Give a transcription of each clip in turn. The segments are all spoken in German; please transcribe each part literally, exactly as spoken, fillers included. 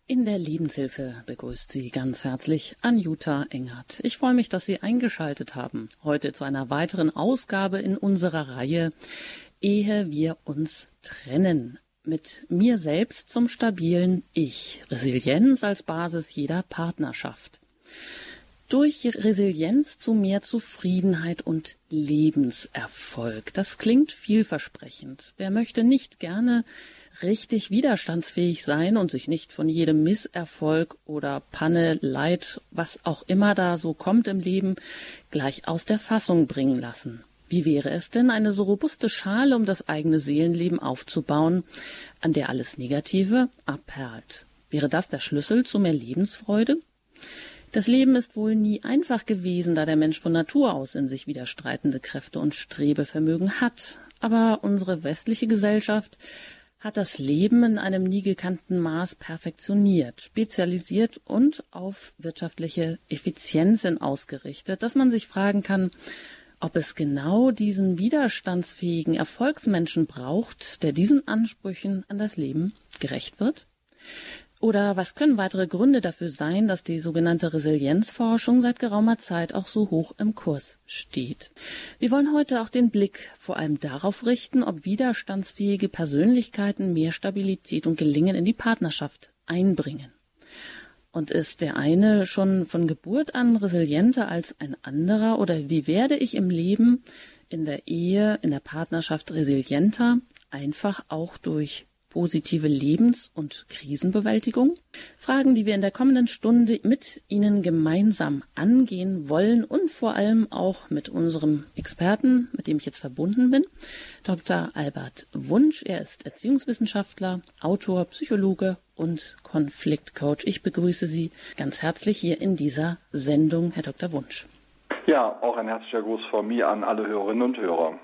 In der Lebenshilfe begrüßt Sie ganz herzlich Anjuta Engert. Ich freue mich, dass Sie eingeschaltet haben. Heute zu einer weiteren Ausgabe in unserer Reihe Ehe wir uns trennen. Mit mir selbst zum stabilen Ich. Resilienz als Basis jeder Partnerschaft. Durch Resilienz zu mehr Zufriedenheit und Lebenserfolg. Das klingt vielversprechend. Wer möchte nicht gerne richtig widerstandsfähig sein und sich nicht von jedem Misserfolg oder Panne, Leid, was auch immer da so kommt im Leben, gleich aus der Fassung bringen lassen? Wie wäre es denn, eine so robuste Schale um das eigene Seelenleben aufzubauen, an der alles Negative abperlt? Wäre das der Schlüssel zu mehr Lebensfreude? Das Leben ist wohl nie einfach gewesen, da der Mensch von Natur aus in sich widerstreitende Kräfte und Strebevermögen hat. Aber unsere westliche Gesellschaft hat das Leben in einem nie gekannten Maß perfektioniert, spezialisiert und auf wirtschaftliche Effizienz hin ausgerichtet, dass man sich fragen kann, ob es genau diesen widerstandsfähigen Erfolgsmenschen braucht, der diesen Ansprüchen an das Leben gerecht wird? Oder was können weitere Gründe dafür sein, dass die sogenannte Resilienzforschung seit geraumer Zeit auch so hoch im Kurs steht? Wir wollen heute auch den Blick vor allem darauf richten, ob widerstandsfähige Persönlichkeiten mehr Stabilität und Gelingen in die Partnerschaft einbringen. Und ist der eine schon von Geburt an resilienter als ein anderer? Oder wie werde ich im Leben, in der Ehe, in der Partnerschaft resilienter? Einfach auch durch positive Lebens- und Krisenbewältigung? Fragen, die wir in der kommenden Stunde mit Ihnen gemeinsam angehen wollen und vor allem auch mit unserem Experten, mit dem ich jetzt verbunden bin, Doktor Albert Wunsch. Er ist Erziehungswissenschaftler, Autor, Psychologe und Konfliktcoach. Ich begrüße Sie ganz herzlich hier in dieser Sendung, Herr Doktor Wunsch. Ja, auch ein herzlicher Gruß von mir an alle Hörerinnen und Hörer.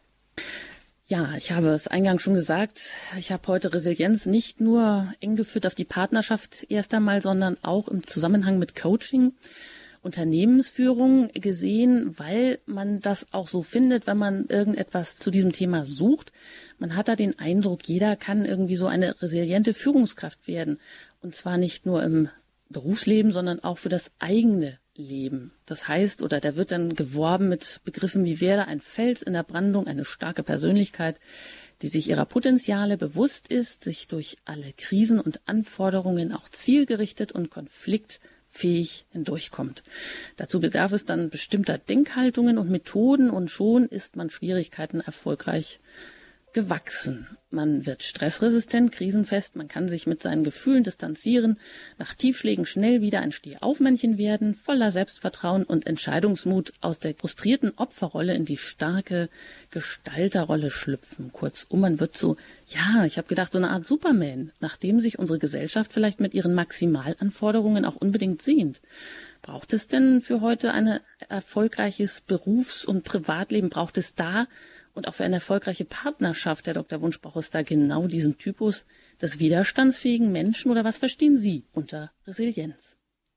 Ja, ich habe es eingangs schon gesagt, ich habe heute Resilienz nicht nur eng geführt auf die Partnerschaft erst einmal, sondern auch im Zusammenhang mit Coaching, Unternehmensführung gesehen, weil man das auch so findet, wenn man irgendetwas zu diesem Thema sucht. Man hat da den Eindruck, jeder kann irgendwie so eine resiliente Führungskraft werden. Und zwar nicht nur im Berufsleben, sondern auch für das eigene Leben. Das heißt, oder da wird dann geworben mit Begriffen wie wäre ein Fels in der Brandung, eine starke Persönlichkeit, die sich ihrer Potenziale bewusst ist, sich durch alle Krisen und Anforderungen auch zielgerichtet und konfliktfähig hindurchkommt. Dazu bedarf es dann bestimmter Denkhaltungen und Methoden und schon ist man Schwierigkeiten erfolgreich gewachsen. Man wird stressresistent, krisenfest, man kann sich mit seinen Gefühlen distanzieren, nach Tiefschlägen schnell wieder ein Stehaufmännchen werden, voller Selbstvertrauen und Entscheidungsmut aus der frustrierten Opferrolle in die starke Gestalterrolle schlüpfen. Kurzum, man wird so, ja, ich habe gedacht, so eine Art Superman, nachdem sich unsere Gesellschaft vielleicht mit ihren Maximalanforderungen auch unbedingt sehnt. Braucht es denn für heute ein erfolgreiches Berufs- und Privatleben? Braucht es da und auch für eine erfolgreiche Partnerschaft, Herr Doktor Wunsch, braucht es da genau diesen Typus des widerstandsfähigen Menschen? Oder was verstehen Sie unter Resilienz?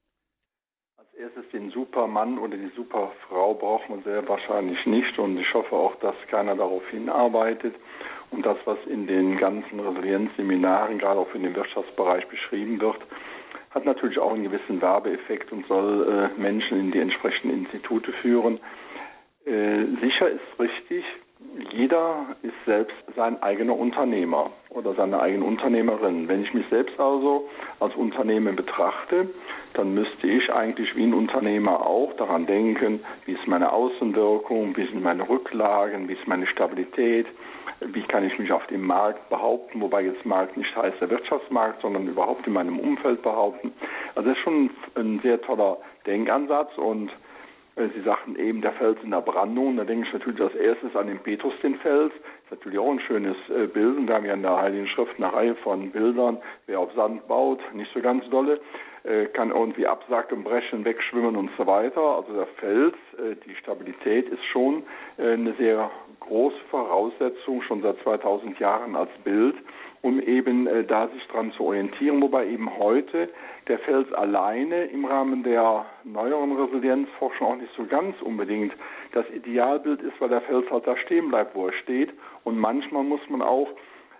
Als erstes den Supermann oder die Superfrau braucht man sehr wahrscheinlich nicht. Und ich hoffe auch, dass keiner darauf hinarbeitet. Und das, was in den ganzen Resilienzseminaren, gerade auch in dem Wirtschaftsbereich beschrieben wird, hat natürlich auch einen gewissen Werbeeffekt und soll äh, Menschen in die entsprechenden Institute führen. Äh, sicher ist richtig, jeder ist selbst sein eigener Unternehmer oder seine eigene Unternehmerin. Wenn ich mich selbst also als Unternehmer betrachte, dann müsste ich eigentlich wie ein Unternehmer auch daran denken, wie ist meine Außenwirkung, wie sind meine Rücklagen, wie ist meine Stabilität, wie kann ich mich auf dem Markt behaupten, wobei jetzt Markt nicht heißt der Wirtschaftsmarkt, sondern überhaupt in meinem Umfeld behaupten. Also das ist schon ein sehr toller Denkansatz und Sie sagten eben, der Fels in der Brandung. Da denke ich natürlich als erstes an den Petrus, den Fels. Das ist natürlich auch ein schönes Bild. Und wir haben ja in der Heiligen Schrift eine Reihe von Bildern. Wer auf Sand baut, nicht so ganz dolle, kann irgendwie absacken, brechen, wegschwimmen und so weiter. Also der Fels, die Stabilität ist schon eine sehr große Voraussetzung, schon seit zweitausend Jahren als Bild, um eben äh, da sich dran zu orientieren, wobei eben heute der Fels alleine im Rahmen der neueren Resilienzforschung auch nicht so ganz unbedingt das Idealbild ist, weil der Fels halt da stehen bleibt, wo er steht. Und manchmal muss man auch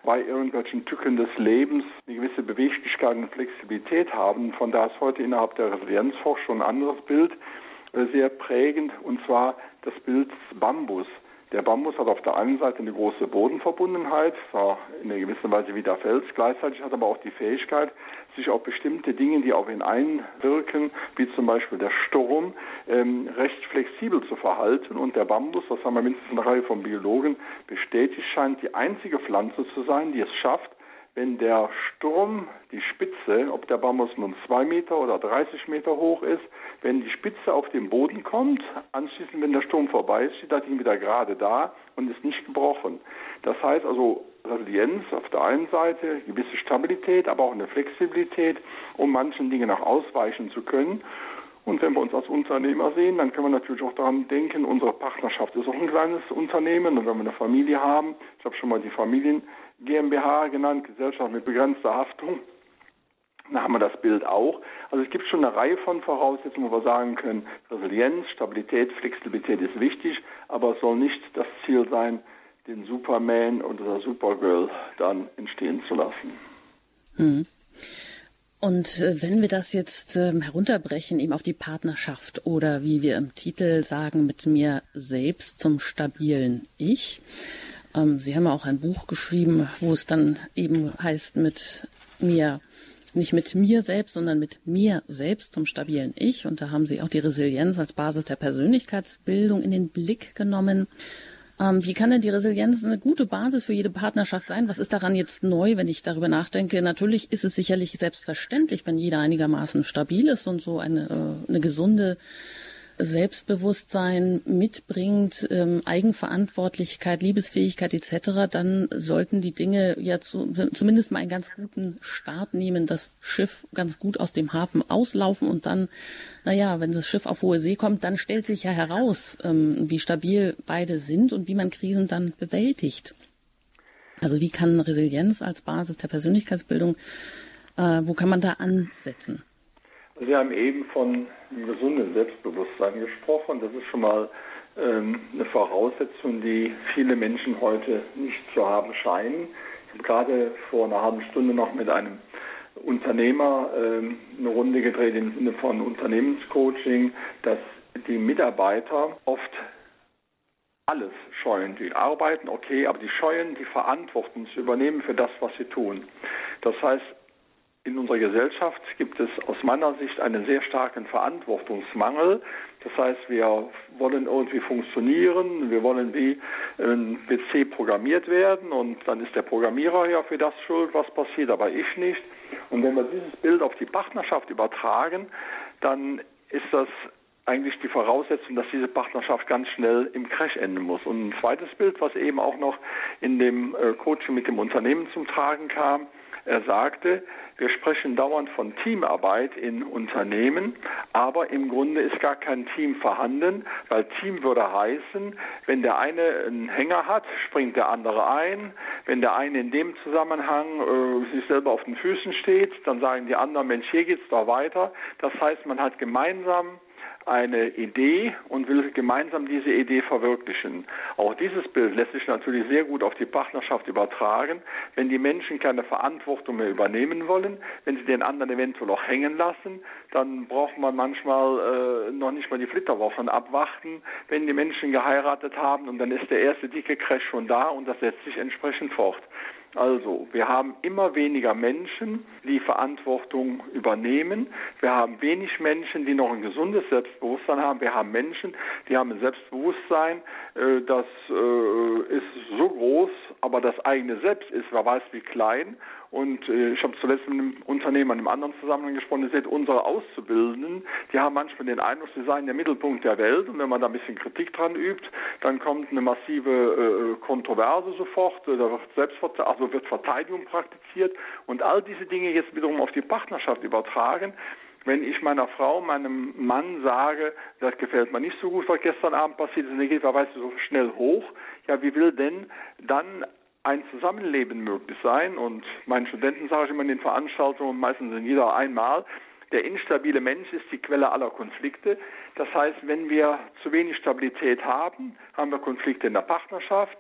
bei irgendwelchen Tücken des Lebens eine gewisse Beweglichkeit und Flexibilität haben. Von daher ist heute innerhalb der Resilienzforschung ein anderes Bild sehr prägend, und zwar das Bild des Bambus. Der Bambus hat auf der einen Seite eine große Bodenverbundenheit, zwar in einer gewissen Weise wie der Fels, gleichzeitig hat aber auch die Fähigkeit, sich auf bestimmte Dinge, die auf ihn einwirken, wie zum Beispiel der Sturm, ähm, recht flexibel zu verhalten. Und der Bambus, das haben wir mindestens eine Reihe von Biologen bestätigt, scheint die einzige Pflanze zu sein, die es schafft, wenn der Sturm, die Spitze, ob der Bambus nun zwei Meter oder dreißig Meter hoch ist, wenn die Spitze auf den Boden kommt, anschließend, wenn der Sturm vorbei ist, steht das Ding wieder gerade da und ist nicht gebrochen. Das heißt also Resilienz auf der einen Seite, gewisse Stabilität, aber auch eine Flexibilität, um manchen Dingen auch ausweichen zu können. Und wenn wir uns als Unternehmer sehen, dann können wir natürlich auch daran denken, unsere Partnerschaft ist auch ein kleines Unternehmen. Und wenn wir eine Familie haben, ich habe schon mal die Familien GmbH genannt, Gesellschaft mit begrenzter Haftung, dann haben wir das Bild auch. Also es gibt schon eine Reihe von Voraussetzungen, wo wir sagen können, Resilienz, Stabilität, Flexibilität ist wichtig, aber es soll nicht das Ziel sein, den Superman oder Supergirl dann entstehen zu lassen. Hm. Und äh, wenn wir das jetzt äh, herunterbrechen, eben auf die Partnerschaft oder wie wir im Titel sagen, mit mir selbst zum stabilen Ich. Ähm, Sie haben auch ein Buch geschrieben, wo es dann eben heißt, mit mir, nicht mit mir selbst, sondern mit mir selbst zum stabilen Ich. Und da haben Sie auch die Resilienz als Basis der Persönlichkeitsbildung in den Blick genommen. Ähm, wie kann denn die Resilienz eine gute Basis für jede Partnerschaft sein? Was ist daran jetzt neu, wenn ich darüber nachdenke? Natürlich ist es sicherlich selbstverständlich, wenn jeder einigermaßen stabil ist und so eine, äh, eine gesunde Selbstbewusstsein mitbringt, ähm, Eigenverantwortlichkeit, Liebesfähigkeit et cetera, dann sollten die Dinge ja zu, zumindest mal einen ganz guten Start nehmen, das Schiff ganz gut aus dem Hafen auslaufen und dann, naja, wenn das Schiff auf hohe See kommt, dann stellt sich ja heraus, ähm, wie stabil beide sind und wie man Krisen dann bewältigt. Also wie kann Resilienz als Basis der Persönlichkeitsbildung, äh, wo kann man da ansetzen? Sie haben eben von einem gesunden Selbstbewusstsein gesprochen. Das ist schon mal ähm, eine Voraussetzung, die viele Menschen heute nicht zu haben scheinen. Ich habe gerade vor einer halben Stunde noch mit einem Unternehmer ähm, eine Runde gedreht im Sinne von Unternehmenscoaching, dass die Mitarbeiter oft alles scheuen. Die arbeiten, okay, aber die scheuen die Verantwortung zu übernehmen für das, was sie tun. Das heißt, in unserer Gesellschaft gibt es aus meiner Sicht einen sehr starken Verantwortungsmangel. Das heißt, wir wollen irgendwie funktionieren, wir wollen wie ein P C programmiert werden und dann ist der Programmierer ja für das schuld, was passiert, aber ich nicht. Und wenn wir dieses Bild auf die Partnerschaft übertragen, dann ist das eigentlich die Voraussetzung, dass diese Partnerschaft ganz schnell im Crash enden muss. Und ein zweites Bild, was eben auch noch in dem Coaching mit dem Unternehmen zum Tragen kam, er sagte, wir sprechen dauernd von Teamarbeit in Unternehmen, aber im Grunde ist gar kein Team vorhanden, weil Team würde heißen, wenn der eine einen Hänger hat, springt der andere ein. Wenn der eine in dem Zusammenhang äh, sich selber auf den Füßen steht, dann sagen die anderen, Mensch, hier geht's doch weiter. Das heißt, man hat gemeinsam eine Idee und will gemeinsam diese Idee verwirklichen. Auch dieses Bild lässt sich natürlich sehr gut auf die Partnerschaft übertragen. Wenn die Menschen keine Verantwortung mehr übernehmen wollen, wenn sie den anderen eventuell auch hängen lassen, dann braucht man manchmal äh, noch nicht mal die Flitterwochen abwarten, wenn die Menschen geheiratet haben und dann ist der erste dicke Crash schon da und das setzt sich entsprechend fort. Also, wir haben immer weniger Menschen, die Verantwortung übernehmen. Wir haben wenig Menschen, die noch ein gesundes Selbstbewusstsein haben. Wir haben Menschen, die haben ein Selbstbewusstsein, äh, das äh, ist so groß, aber das eigene Selbst ist, wer weiß wie klein. Und äh, ich habe zuletzt mit einem Unternehmer in einem anderen Zusammenhang gesprochen, ihr seht, unsere Auszubildenden, die haben manchmal den Eindruck, sie seien der Mittelpunkt der Welt. Und wenn man da ein bisschen Kritik dran übt, dann kommt eine massive äh, Kontroverse sofort, da wird Selbstverte- also wird Verteidigung praktiziert. Und all diese Dinge jetzt wiederum auf die Partnerschaft übertragen. Wenn ich meiner Frau, meinem Mann sage, das gefällt mir nicht so gut, was gestern Abend passiert ist, und dann geht er, weißt du, so schnell hoch, ja, wie will denn dann ein Zusammenleben möglich sein? Und meinen Studenten sage ich immer in den Veranstaltungen, meistens in jeder einmal, der instabile Mensch ist die Quelle aller Konflikte. Das heißt, wenn wir zu wenig Stabilität haben, haben wir Konflikte in der Partnerschaft.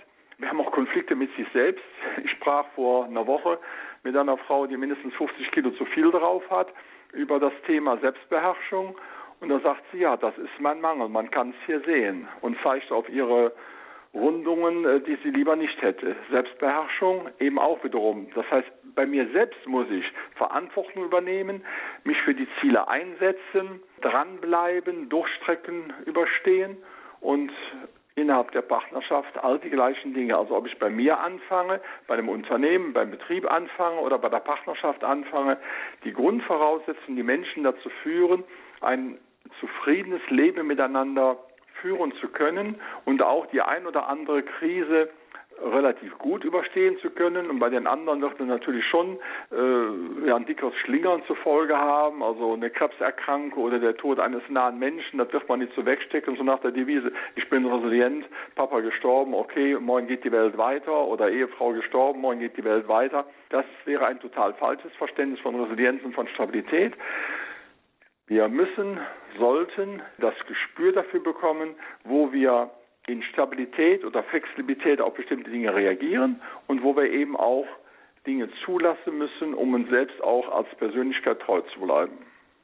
Wir haben auch Konflikte mit sich selbst. Ich sprach vor einer Woche mit einer Frau, die mindestens fünfzig Kilo zu viel drauf hat, über das Thema Selbstbeherrschung. Und da sagt sie, ja, das ist mein Mangel, man kann es hier sehen. Und zeigt auf ihre Rundungen, die sie lieber nicht hätte. Selbstbeherrschung eben auch wiederum. Das heißt, bei mir selbst muss ich Verantwortung übernehmen, mich für die Ziele einsetzen, dranbleiben, durchstrecken, überstehen und innerhalb der Partnerschaft all die gleichen Dinge. Also ob ich bei mir anfange, bei dem Unternehmen, beim Betrieb anfange oder bei der Partnerschaft anfange, die Grundvoraussetzungen, die Menschen dazu führen, ein zufriedenes Leben miteinander führen zu können und auch die ein oder andere Krise relativ gut überstehen zu können. Und bei den anderen wird es natürlich schon äh, ja, ein dickeres Schlingern zur Folge haben, also eine Krebserkrankung oder der Tod eines nahen Menschen, das wird man nicht so wegstecken, so nach der Devise, ich bin resilient, Papa gestorben, okay, morgen geht die Welt weiter, oder Ehefrau gestorben, morgen geht die Welt weiter. Das wäre ein total falsches Verständnis von Resilienz und von Stabilität. Wir müssen, sollten das Gespür dafür bekommen, wo wir in Stabilität oder Flexibilität auf bestimmte Dinge reagieren und wo wir eben auch Dinge zulassen müssen, um uns selbst auch als Persönlichkeit treu zu bleiben.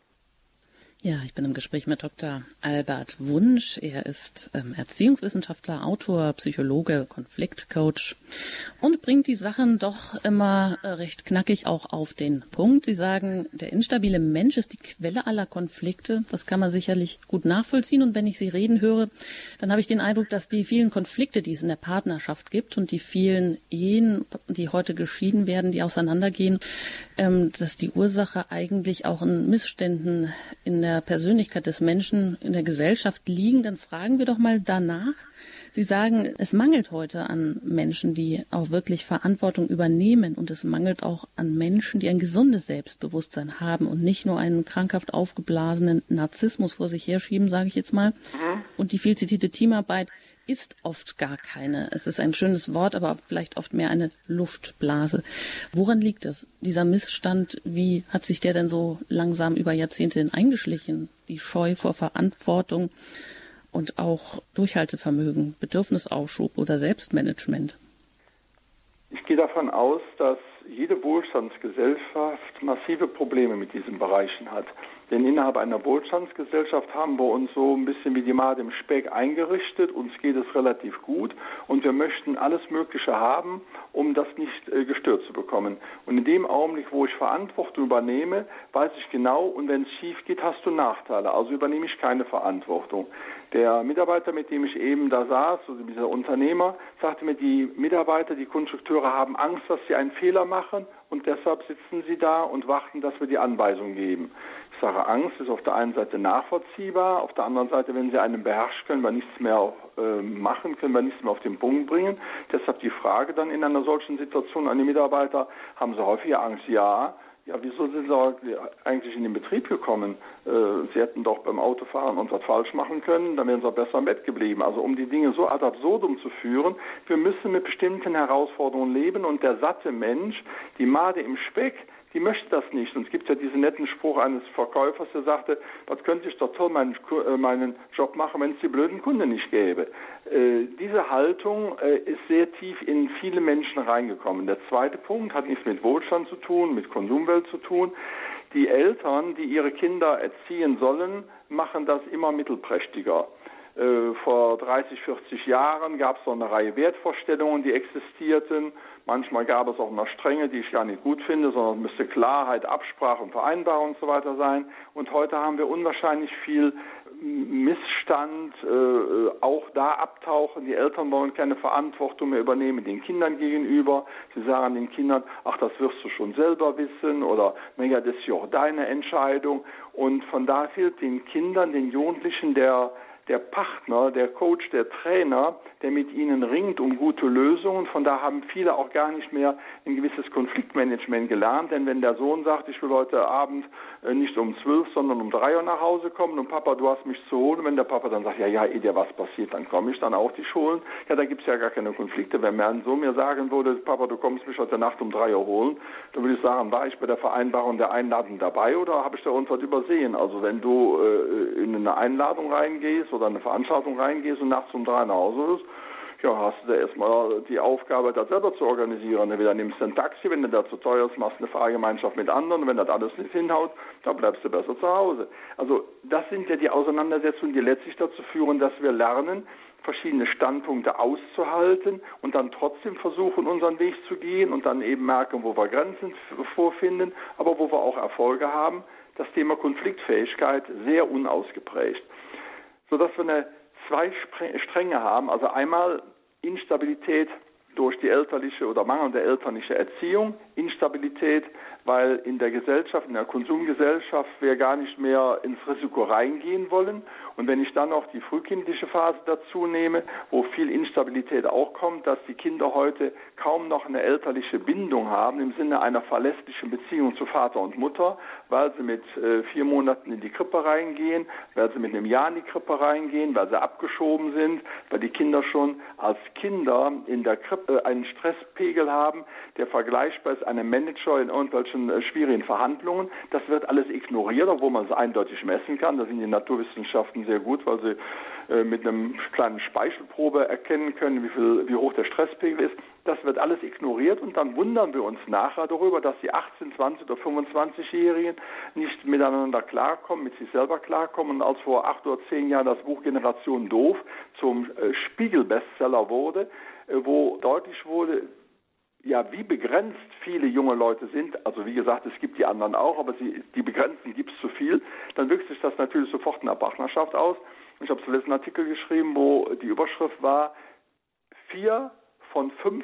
Ja, ich bin im Gespräch mit Doktor Albert Wunsch. Er ist ähm, Erziehungswissenschaftler, Autor, Psychologe, Konfliktcoach und bringt die Sachen doch immer äh, recht knackig auch auf den Punkt. Sie sagen, der instabile Mensch ist die Quelle aller Konflikte. Das kann man sicherlich gut nachvollziehen. Und wenn ich Sie reden höre, dann habe ich den Eindruck, dass die vielen Konflikte, die es in der Partnerschaft gibt und die vielen Ehen, die heute geschieden werden, die auseinandergehen, ähm, dass die Ursache eigentlich auch in Missständen in der Persönlichkeit des Menschen, in der Gesellschaft liegen, dann fragen wir doch mal danach. Sie sagen, es mangelt heute an Menschen, die auch wirklich Verantwortung übernehmen, und es mangelt auch an Menschen, die ein gesundes Selbstbewusstsein haben und nicht nur einen krankhaft aufgeblasenen Narzissmus vor sich herschieben, sage ich jetzt mal. Mhm. Und die viel zitierte Teamarbeit ist oft gar keine. Es ist ein schönes Wort, aber vielleicht oft mehr eine Luftblase. Woran liegt das? Dieser Missstand, wie hat sich der denn so langsam über Jahrzehnte hin eingeschlichen? Die Scheu vor Verantwortung und auch Durchhaltevermögen, Bedürfnisaufschub oder Selbstmanagement? Ich gehe davon aus, dass jede Wohlstandsgesellschaft massive Probleme mit diesen Bereichen hat. Denn innerhalb einer Wohlstandsgesellschaft haben wir uns so ein bisschen wie die Made im Speck eingerichtet. Uns geht es relativ gut und wir möchten alles Mögliche haben, um das nicht äh, gestört zu bekommen. Und in dem Augenblick, wo ich Verantwortung übernehme, weiß ich genau, und wenn es schief geht, hast du Nachteile. Also übernehme ich keine Verantwortung. Der Mitarbeiter, mit dem ich eben da saß, also dieser Unternehmer, sagte mir, die Mitarbeiter, die Konstrukteure haben Angst, dass sie einen Fehler machen, und deshalb sitzen sie da und warten, dass wir die Anweisung geben. Ich sage, Angst ist auf der einen Seite nachvollziehbar, auf der anderen Seite, wenn sie einen beherrscht, können wir nichts mehr äh, machen, können wir nichts mehr auf den Punkt bringen. Deshalb die Frage dann in einer solchen Situation an die Mitarbeiter, haben sie häufiger Angst? Ja. Ja, wieso sind Sie eigentlich in den Betrieb gekommen? Äh, Sie hätten doch beim Autofahren uns was falsch machen können, dann wären Sie auch besser im Bett geblieben. Also um die Dinge so ad absurdum zu führen, wir müssen mit bestimmten Herausforderungen leben, und der satte Mensch, die Made im Speck, die möchte das nicht. Und es gibt ja diesen netten Spruch eines Verkäufers, der sagte, was könnte ich doch toll meinen, meinen Job machen, wenn es die blöden Kunden nicht gäbe. Äh, diese Haltung äh, ist sehr tief in viele Menschen reingekommen. Der zweite Punkt hat nichts mit Wohlstand zu tun, mit Konsumwelt zu tun. Die Eltern, die ihre Kinder erziehen sollen, machen das immer mittelprächtiger. Äh, vor dreißig, vierzig Jahren gab es so eine Reihe Wertvorstellungen, die existierten. Manchmal gab es auch noch Strenge, die ich gar nicht gut finde, sondern es müsste Klarheit, Absprache und Vereinbarung und so weiter sein. Und heute haben wir unwahrscheinlich viel Missstand, äh, auch da abtauchen. Die Eltern wollen keine Verantwortung mehr übernehmen den Kindern gegenüber. Sie sagen den Kindern, ach, das wirst du schon selber wissen, oder, naja, das ist ja auch deine Entscheidung. Und von daher fehlt den Kindern, den Jugendlichen der der Partner, der Coach, der Trainer, der mit ihnen ringt um gute Lösungen. Von da haben viele auch gar nicht mehr ein gewisses Konfliktmanagement gelernt. Denn wenn der Sohn sagt, ich will heute Abend nicht um zwölf, sondern um drei Uhr nach Hause kommen, und Papa, du hast mich zu holen. Und wenn der Papa dann sagt, ja, ja, eh dir was passiert, dann komme ich dann auch dich holen. Ja, da gibt es ja gar keine Konflikte. Wenn mein Sohn mir sagen würde, Papa, du kommst mich heute Nacht um drei Uhr holen, dann würde ich sagen, war ich bei der Vereinbarung der Einladung dabei oder habe ich da uns was übersehen? Also wenn du äh, in eine Einladung reingehst oder eine Veranstaltung reingehst und nachts um drei nach Hause bist, ja, hast du da erstmal die Aufgabe, das selber zu organisieren. Entweder nimmst du ein Taxi, wenn du da zu teuer ist, machst eine Fahrgemeinschaft mit anderen. Und wenn das alles nicht hinhaut, dann bleibst du besser zu Hause. Also das sind ja die Auseinandersetzungen, die letztlich dazu führen, dass wir lernen, verschiedene Standpunkte auszuhalten und dann trotzdem versuchen, unseren Weg zu gehen und dann eben merken, wo wir Grenzen vorfinden, aber wo wir auch Erfolge haben. Das Thema Konfliktfähigkeit sehr unausgeprägt. Sodass wir eine zwei Stränge haben, also einmal Instabilität durch die elterliche oder mangelnde elterliche Erziehung, Instabilität, weil in der Gesellschaft, in der Konsumgesellschaft wir gar nicht mehr ins Risiko reingehen wollen. Und wenn ich dann noch die frühkindliche Phase dazu nehme, wo viel Instabilität auch kommt, dass die Kinder heute kaum noch eine elterliche Bindung haben, im Sinne einer verlässlichen Beziehung zu Vater und Mutter, weil sie mit äh, vier Monaten in die Krippe reingehen, weil sie mit einem Jahr in die Krippe reingehen, weil sie abgeschoben sind, weil die Kinder schon als Kinder in der Krippe einen Stresspegel haben, der vergleichbar ist einem Manager in irgendwelchen äh, schwierigen Verhandlungen. Das wird alles ignoriert, obwohl man es eindeutig messen kann. Da sind die Naturwissenschaften sehr gut, weil sie äh, mit einem kleinen Speichelprobe erkennen können, wie viel, wie hoch der Stresspegel ist. Das wird alles ignoriert und dann wundern wir uns nachher darüber, dass die achtzehn-, zwanzig- oder fünfundzwanzigjährigen nicht miteinander klarkommen, mit sich selber klarkommen. Und als vor acht oder zehn Jahren das Buch Generation Doof zum äh, Spiegel-Bestseller wurde, äh, wo deutlich wurde, ja, wie begrenzt viele junge Leute sind, also wie gesagt, es gibt die anderen auch, aber sie, die Begrenzten gibt es zu viel, dann wirkt sich das natürlich sofort in der Partnerschaft aus. Und ich habe zuletzt einen Artikel geschrieben, wo die Überschrift war, vier von fünf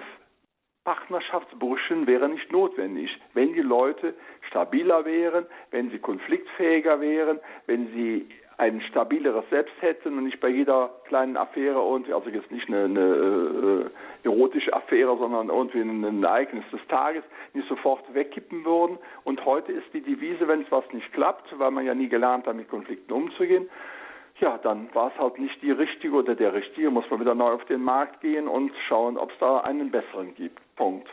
Partnerschaftsbrüchen wäre nicht notwendig, wenn die Leute stabiler wären, wenn sie konfliktfähiger wären, wenn sie ein stabileres Selbst hätten und nicht bei jeder kleinen Affäre irgendwie, also jetzt nicht eine, eine äh, erotische Affäre, sondern irgendwie ein, ein Ereignis des Tages, nicht sofort wegkippen würden. Und heute ist die Devise, wenn es was nicht klappt, weil man ja nie gelernt hat, mit Konflikten umzugehen, ja, dann war es halt nicht die richtige oder der richtige, muss man wieder neu auf den Markt gehen und schauen, ob es da einen besseren gibt. Punkt.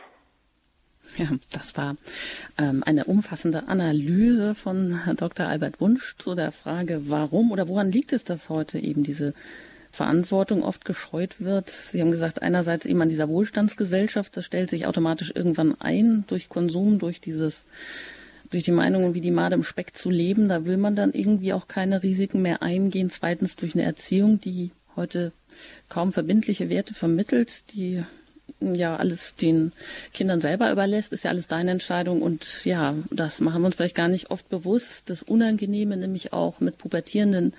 Ja, das war ähm, eine umfassende Analyse von Herrn Doktor Albert Wunsch zu der Frage, warum oder woran liegt es, dass heute eben diese Verantwortung oft gescheut wird. Sie haben gesagt, einerseits eben an dieser Wohlstandsgesellschaft, das stellt sich automatisch irgendwann ein durch Konsum, durch dieses, durch die Meinung, wie die Made im Speck zu leben. Da will man dann irgendwie auch keine Risiken mehr eingehen. Zweitens durch eine Erziehung, die heute kaum verbindliche Werte vermittelt, die ja alles den Kindern selber überlässt, ist ja alles deine Entscheidung und ja, das machen wir uns vielleicht gar nicht oft bewusst, das Unangenehme, nämlich auch mit Pubertierenden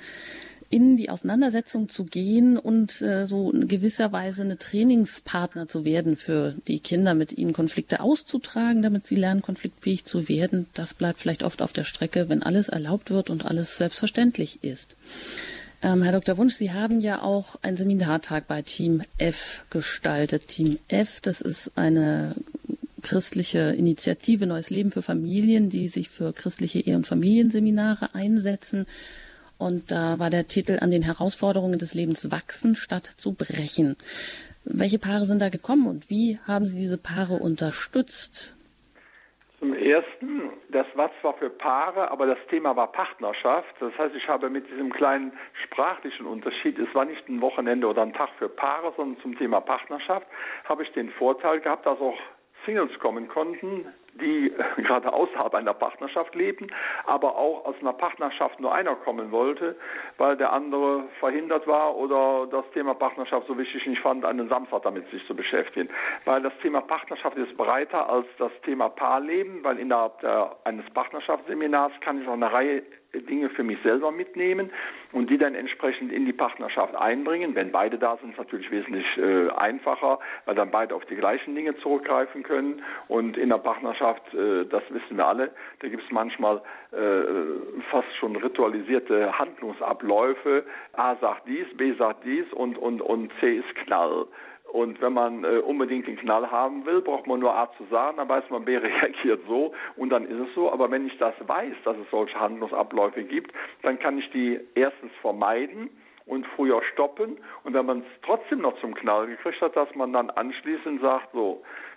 in die Auseinandersetzung zu gehen und äh, so in gewisser Weise eine Trainingspartner zu werden für die Kinder, mit ihnen Konflikte auszutragen, damit sie lernen, konfliktfähig zu werden. Das bleibt vielleicht oft auf der Strecke, wenn alles erlaubt wird und alles selbstverständlich ist. Ähm, Herr Doktor Wunsch, Sie haben ja auch einen Seminartag bei Team F gestaltet. Team F, das ist eine christliche Initiative Neues Leben für Familien, die sich für christliche Ehe- und Familienseminare einsetzen. Und da war der Titel an den Herausforderungen des Lebens wachsen statt zu brechen. Welche Paare sind da gekommen und wie haben Sie diese Paare unterstützt? Zum Ersten, das war zwar für Paare, aber das Thema war Partnerschaft. Das heißt, ich habe mit diesem kleinen sprachlichen Unterschied, es war nicht ein Wochenende oder ein Tag für Paare, sondern zum Thema Partnerschaft, habe ich den Vorteil gehabt, dass auch Singles kommen konnten, die gerade außerhalb einer Partnerschaft lebten, aber auch aus einer Partnerschaft nur einer kommen wollte, weil der andere verhindert war oder das Thema Partnerschaft so wichtig nicht fand, einen Samstag damit sich zu beschäftigen. Weil das Thema Partnerschaft ist breiter als das Thema Paarleben, weil innerhalb der, eines Partnerschaftsseminars kann ich auch eine Reihe Dinge für mich selber mitnehmen und die dann entsprechend in die Partnerschaft einbringen. Wenn beide da sind, ist es natürlich wesentlich äh, einfacher, weil dann beide auf die gleichen Dinge zurückgreifen können. Und in der Partnerschaft, äh, das wissen wir alle, da gibt es manchmal äh, fast schon ritualisierte Handlungsabläufe. A sagt dies, B sagt dies und, und, und C ist Knall. Und wenn man äh, unbedingt den Knall haben will, braucht man nur A zu sagen, dann weiß man, B reagiert so und dann ist es so. Aber wenn ich das weiß, dass es solche Handlungsabläufe gibt, dann kann ich die erstens vermeiden und früher stoppen. Und wenn man es trotzdem noch zum Knall gekriegt hat, dass man dann anschließend sagt, so,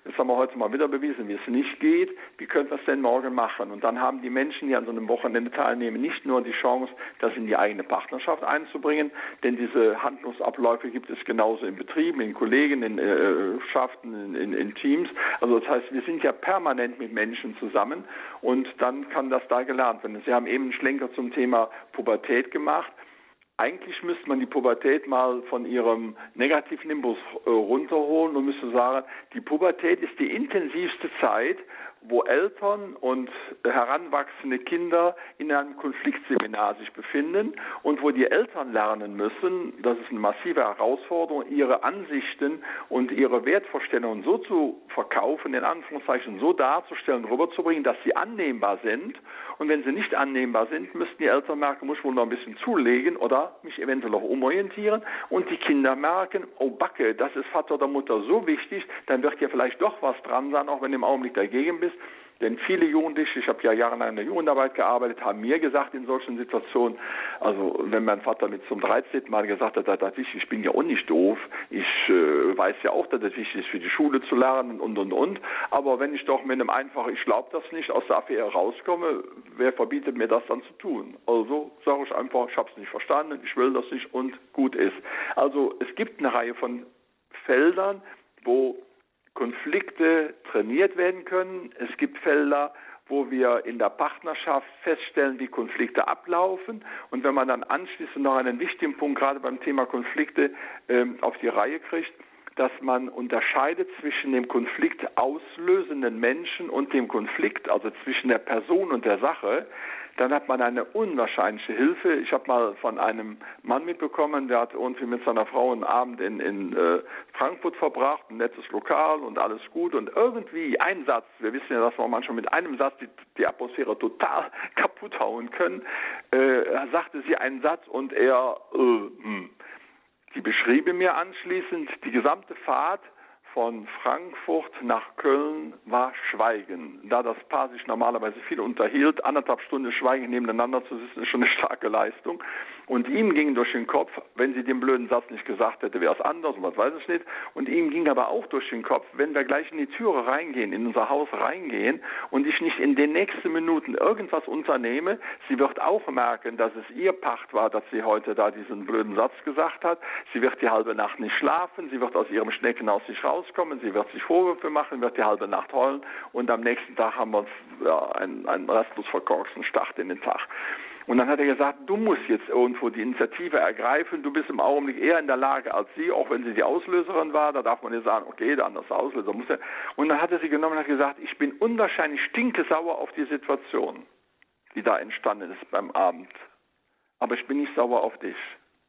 Das haben wir heute mal wieder bewiesen, wie es nicht geht. Wie können wir es denn morgen machen? Und dann haben die Menschen, die an so einem Wochenende teilnehmen, nicht nur die Chance, das in die eigene Partnerschaft einzubringen, denn diese Handlungsabläufe gibt es genauso in Betrieben, in Kollegen, in äh, Schaften, in, in, in Teams. Also das heißt, wir sind ja permanent mit Menschen zusammen und dann kann das da gelernt werden. Sie haben eben einen Schlenker zum Thema Pubertät gemacht. Eigentlich müsste man die Pubertät mal von ihrem negativen Nimbus äh, runterholen und müsste sagen, die Pubertät ist die intensivste Zeit, wo Eltern und heranwachsende Kinder in einem Konfliktseminar sich befinden und wo die Eltern lernen müssen, das ist eine massive Herausforderung, ihre Ansichten und ihre Wertvorstellungen so zu verkaufen, in Anführungszeichen so darzustellen, rüberzubringen, dass sie annehmbar sind. Und wenn sie nicht annehmbar sind, müssten die Eltern merken, muss ich wohl noch ein bisschen zulegen oder mich eventuell auch umorientieren. Und die Kinder merken, oh Backe, das ist Vater oder Mutter so wichtig, dann wird ja vielleicht doch was dran sein, auch wenn du im Augenblick dagegen bist. Denn viele Jugendliche, ich habe ja jahrelang in der Jugendarbeit gearbeitet, haben mir gesagt in solchen Situationen, also wenn mein Vater mit zum dreizehnten Mal gesagt hat, das ist, ich bin ja auch nicht doof, ich äh, weiß ja auch, dass es wichtig ist, für die Schule zu lernen und, und, und, aber wenn ich doch mit einem einfachen, ich glaube das nicht, aus der Affäre rauskomme, wer verbietet mir das dann zu tun? Also sage ich einfach, ich habe es nicht verstanden, ich will das nicht und gut ist. Also es gibt eine Reihe von Feldern, wo Konflikte trainiert werden können. Es gibt Felder, wo wir in der Partnerschaft feststellen, wie Konflikte ablaufen. Und wenn man dann anschließend noch einen wichtigen Punkt gerade beim Thema Konflikte ähm, auf die Reihe kriegt, dass man unterscheidet zwischen dem Konflikt auslösenden Menschen und dem Konflikt, also zwischen der Person und der Sache, dann hat man eine unwahrscheinliche Hilfe. Ich habe mal von einem Mann mitbekommen, der hat irgendwie mit seiner Frau einen Abend in, in äh, Frankfurt verbracht, ein nettes Lokal und alles gut. Und irgendwie ein Satz, wir wissen ja, dass wir manchmal mit einem Satz die, die Atmosphäre total kaputt hauen können, äh, sagte sie einen Satz und er, äh, hm. Sie beschrieb mir anschließend, die gesamte Fahrt von Frankfurt nach Köln war Schweigen. Da das Paar sich normalerweise viel unterhielt, anderthalb Stunden Schweigen nebeneinander zu sitzen, ist schon eine starke Leistung. Und ihm ging durch den Kopf, wenn sie den blöden Satz nicht gesagt hätte, wäre es anders, und was weiß ich nicht. Und ihm ging aber auch durch den Kopf, wenn wir gleich in die Türe reingehen, in unser Haus reingehen und ich nicht in den nächsten Minuten irgendwas unternehme, sie wird auch merken, dass es ihr Pacht war, dass sie heute da diesen blöden Satz gesagt hat. Sie wird die halbe Nacht nicht schlafen, sie wird aus ihrem Schneckenhaus nicht rauskommen, sie wird sich Vorwürfe machen, wird die halbe Nacht heulen und am nächsten Tag haben wir uns ja, einen, einen restlos verkorksten Start in den Tag. Und dann hat er gesagt, du musst jetzt irgendwo die Initiative ergreifen, du bist im Augenblick eher in der Lage als sie, auch wenn sie die Auslöserin war, da darf man ja sagen, okay, der andere Auslöser muss er. Und dann hat er sie genommen und hat gesagt, ich bin unwahrscheinlich stinkesauer auf die Situation, die da entstanden ist beim Abend. Aber ich bin nicht sauer auf dich.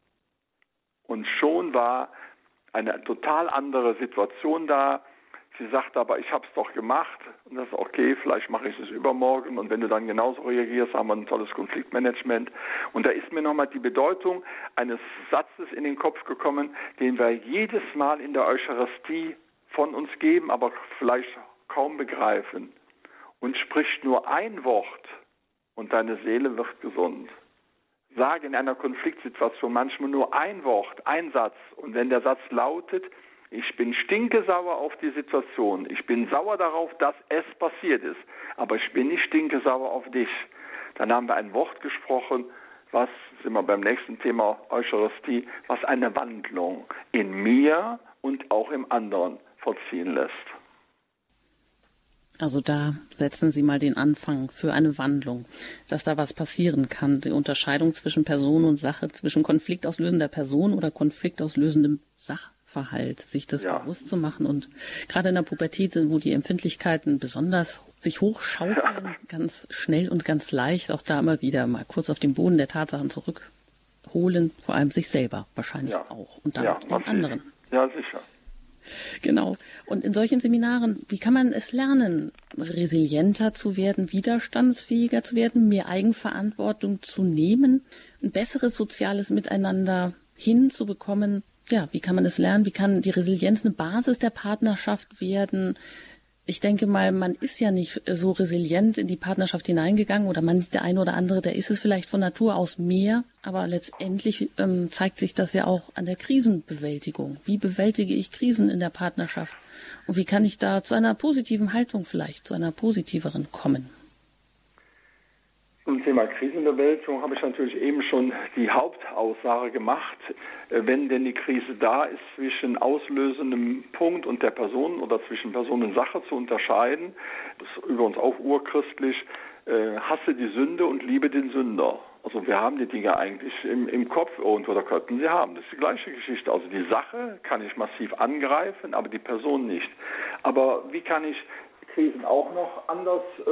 Und schon war eine total andere Situation da. Sie sagte aber, ich habe es doch gemacht und das ist okay, vielleicht mache ich es übermorgen und wenn du dann genauso reagierst, haben wir ein tolles Konfliktmanagement. Und da ist mir nochmal die Bedeutung eines Satzes in den Kopf gekommen, den wir jedes Mal in der Eucharistie von uns geben, aber vielleicht kaum begreifen. Und spricht nur ein Wort und deine Seele wird gesund. Sage in einer Konfliktsituation manchmal nur ein Wort, ein Satz und wenn der Satz lautet, ich bin stinkesauer auf die Situation. Ich bin sauer darauf, dass es passiert ist. Aber ich bin nicht stinkesauer auf dich. Dann haben wir ein Wort gesprochen, was, sind wir beim nächsten Thema Eucharistie, was eine Wandlung in mir und auch im anderen vollziehen lässt. Also da setzen Sie mal den Anfang für eine Wandlung, dass da was passieren kann. Die Unterscheidung zwischen Person und Sache, zwischen konfliktauslösender Person oder konfliktauslösendem Sachverhalt, sich das ja. bewusst zu machen. Und gerade in der Pubertät sind, wo die Empfindlichkeiten besonders sich hochschaukeln, ja. ganz schnell und ganz leicht, auch da immer wieder mal kurz auf den Boden der Tatsachen zurückholen, vor allem sich selber wahrscheinlich ja. auch und dann ja, den anderen. Ja, sicher. Genau. Und in solchen Seminaren, wie kann man es lernen, resilienter zu werden, widerstandsfähiger zu werden, mehr Eigenverantwortung zu nehmen, ein besseres soziales Miteinander hinzubekommen? Ja, wie kann man es lernen? Wie kann die Resilienz eine Basis der Partnerschaft werden? Ich denke mal, man ist ja nicht so resilient in die Partnerschaft hineingegangen oder man, der eine oder andere, der ist es vielleicht von Natur aus mehr, aber letztendlich ähm, zeigt sich das ja auch an der Krisenbewältigung. Wie bewältige ich Krisen in der Partnerschaft und wie kann ich da zu einer positiven Haltung vielleicht, zu einer positiveren kommen? Zum Thema Krisenbewältigung habe ich natürlich eben schon die Hauptaussage gemacht. Wenn denn die Krise da ist, zwischen auslösendem Punkt und der Person oder zwischen Person und Sache zu unterscheiden, das ist übrigens auch urchristlich, äh, hasse die Sünde und liebe den Sünder. Also wir haben die Dinge eigentlich im, im Kopf irgendwo, da könnten sie haben. Das ist die gleiche Geschichte. Also die Sache kann ich massiv angreifen, aber die Person nicht. Aber wie kann ich Krisen auch noch anders äh,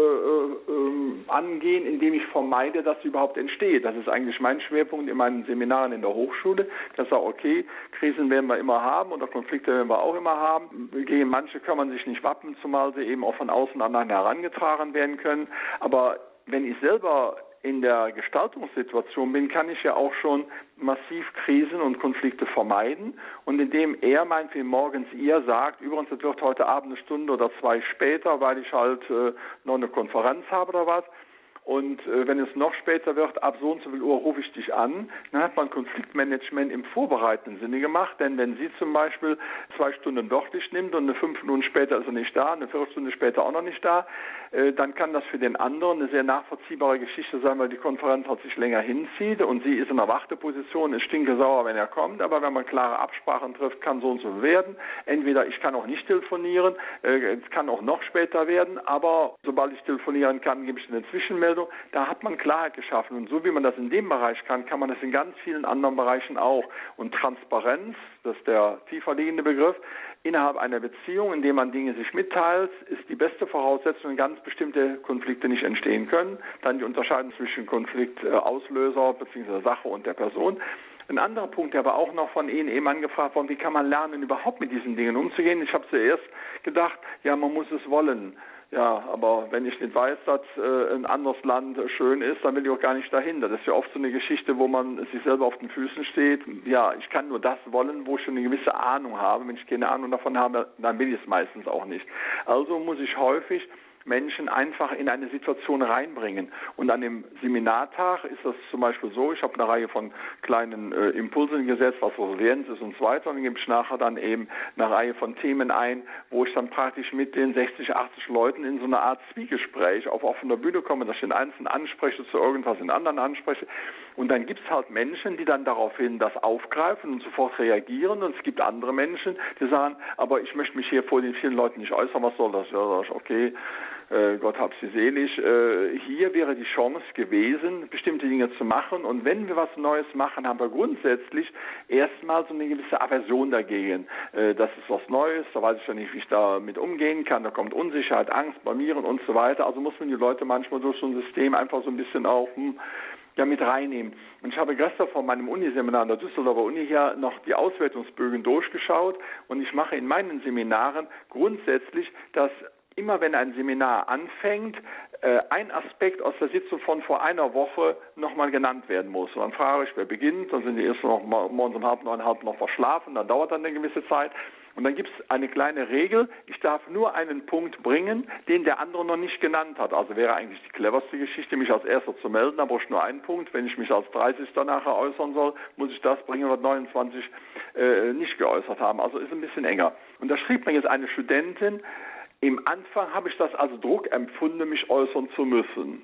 äh, angehen, indem ich vermeide, dass sie überhaupt entsteht. Das ist eigentlich mein Schwerpunkt in meinen Seminaren in der Hochschule. Ich sage, okay, Krisen werden wir immer haben oder Konflikte werden wir auch immer haben. Gegen manche kann man sich nicht wappnen, zumal sie eben auch von außen an einen herangetragen werden können. Aber wenn ich selber in der Gestaltungssituation bin, kann ich ja auch schon massiv Krisen und Konflikte vermeiden. Und indem er meinetwegen morgens ihr sagt, übrigens, es wird heute Abend eine Stunde oder zwei später, weil ich halt äh, noch eine Konferenz habe oder was. Und äh, wenn es noch später wird, ab so und so viel Uhr rufe ich dich an, dann hat man Konfliktmanagement im vorbereitenden Sinne gemacht. Denn wenn sie zum Beispiel zwei Stunden wörtlich nimmt und eine fünf Minuten später ist er nicht da, eine Viertelstunde später auch noch nicht da, äh, dann kann das für den anderen eine sehr nachvollziehbare Geschichte sein, weil die Konferenz halt sich länger hinzieht und sie ist in einer Warteposition, ist stinkesauer, wenn er kommt. Aber wenn man klare Absprachen trifft, kann so und so werden. Entweder ich kann auch nicht telefonieren, äh, es kann auch noch später werden, aber sobald ich telefonieren kann, gebe ich eine Zwischenmeldung. Da hat man Klarheit geschaffen. Und so wie man das in dem Bereich kann, kann man das in ganz vielen anderen Bereichen auch. Und Transparenz, das ist der tiefer liegende Begriff, innerhalb einer Beziehung, in der man Dinge sich mitteilt, ist die beste Voraussetzung, wenn ganz bestimmte Konflikte nicht entstehen können. Dann die Unterscheidung zwischen Konfliktauslöser bzw. Sache und der Person. Ein anderer Punkt, der aber auch noch von Ihnen eben angefragt worden, wie kann man lernen, überhaupt mit diesen Dingen umzugehen? Ich habe zuerst gedacht, ja, man muss es wollen. Ja, aber wenn ich nicht weiß, dass äh, ein anderes Land schön ist, dann will ich auch gar nicht dahin. Das ist ja oft so eine Geschichte, wo man sich selber auf den Füßen steht. Ja, ich kann nur das wollen, wo ich schon eine gewisse Ahnung habe. Wenn ich keine Ahnung davon habe, dann will ich es meistens auch nicht. Also muss ich häufig Menschen einfach in eine Situation reinbringen. Und an dem Seminartag ist das zum Beispiel so, ich habe eine Reihe von kleinen äh, Impulsen gesetzt, was Resilienz ist und so weiter. Und dann gebe ich nachher dann eben eine Reihe von Themen ein, wo ich dann praktisch mit den sechzig, achtzig Leuten in so eine Art Zwiegespräch auf offener Bühne komme, dass ich den Einzelnen anspreche, zu irgendwas den anderen anspreche. Und dann gibt es halt Menschen, die dann daraufhin das aufgreifen und sofort reagieren. Und es gibt andere Menschen, die sagen, aber ich möchte mich hier vor den vielen Leuten nicht äußern, was soll das? Ja, das ist okay. Gott hab sie selig, hier wäre die Chance gewesen, bestimmte Dinge zu machen. Und wenn wir was Neues machen, haben wir grundsätzlich erstmal so eine gewisse Aversion dagegen. Das ist was Neues, da weiß ich ja nicht, wie ich damit umgehen kann. Da kommt Unsicherheit, Angst, Blamieren und so weiter. Also muss man die Leute manchmal durch so ein System einfach so ein bisschen auch ja, mit reinnehmen. Und ich habe gestern vor meinem Uniseminar an der Düsseldorfer Uni hier noch die Auswertungsbögen durchgeschaut. Und ich mache in meinen Seminaren grundsätzlich, dass immer wenn ein Seminar anfängt, äh, ein Aspekt aus der Sitzung von vor einer Woche nochmal genannt werden muss. Und dann frage ich, wer beginnt, dann sind die erst noch morgens um halb neun, halb noch verschlafen, dann dauert dann eine gewisse Zeit. Und dann gibt es eine kleine Regel, ich darf nur einen Punkt bringen, den der andere noch nicht genannt hat. Also wäre eigentlich die cleverste Geschichte, mich als Erster zu melden, aber ich nur einen Punkt. Wenn ich mich als dreißigster nachher äußern soll, muss ich das bringen, was neunundzwanzig äh, nicht geäußert haben. Also ist ein bisschen enger. Und da schrieb mir jetzt eine Studentin, im Anfang habe ich das als Druck empfunden, mich äußern zu müssen.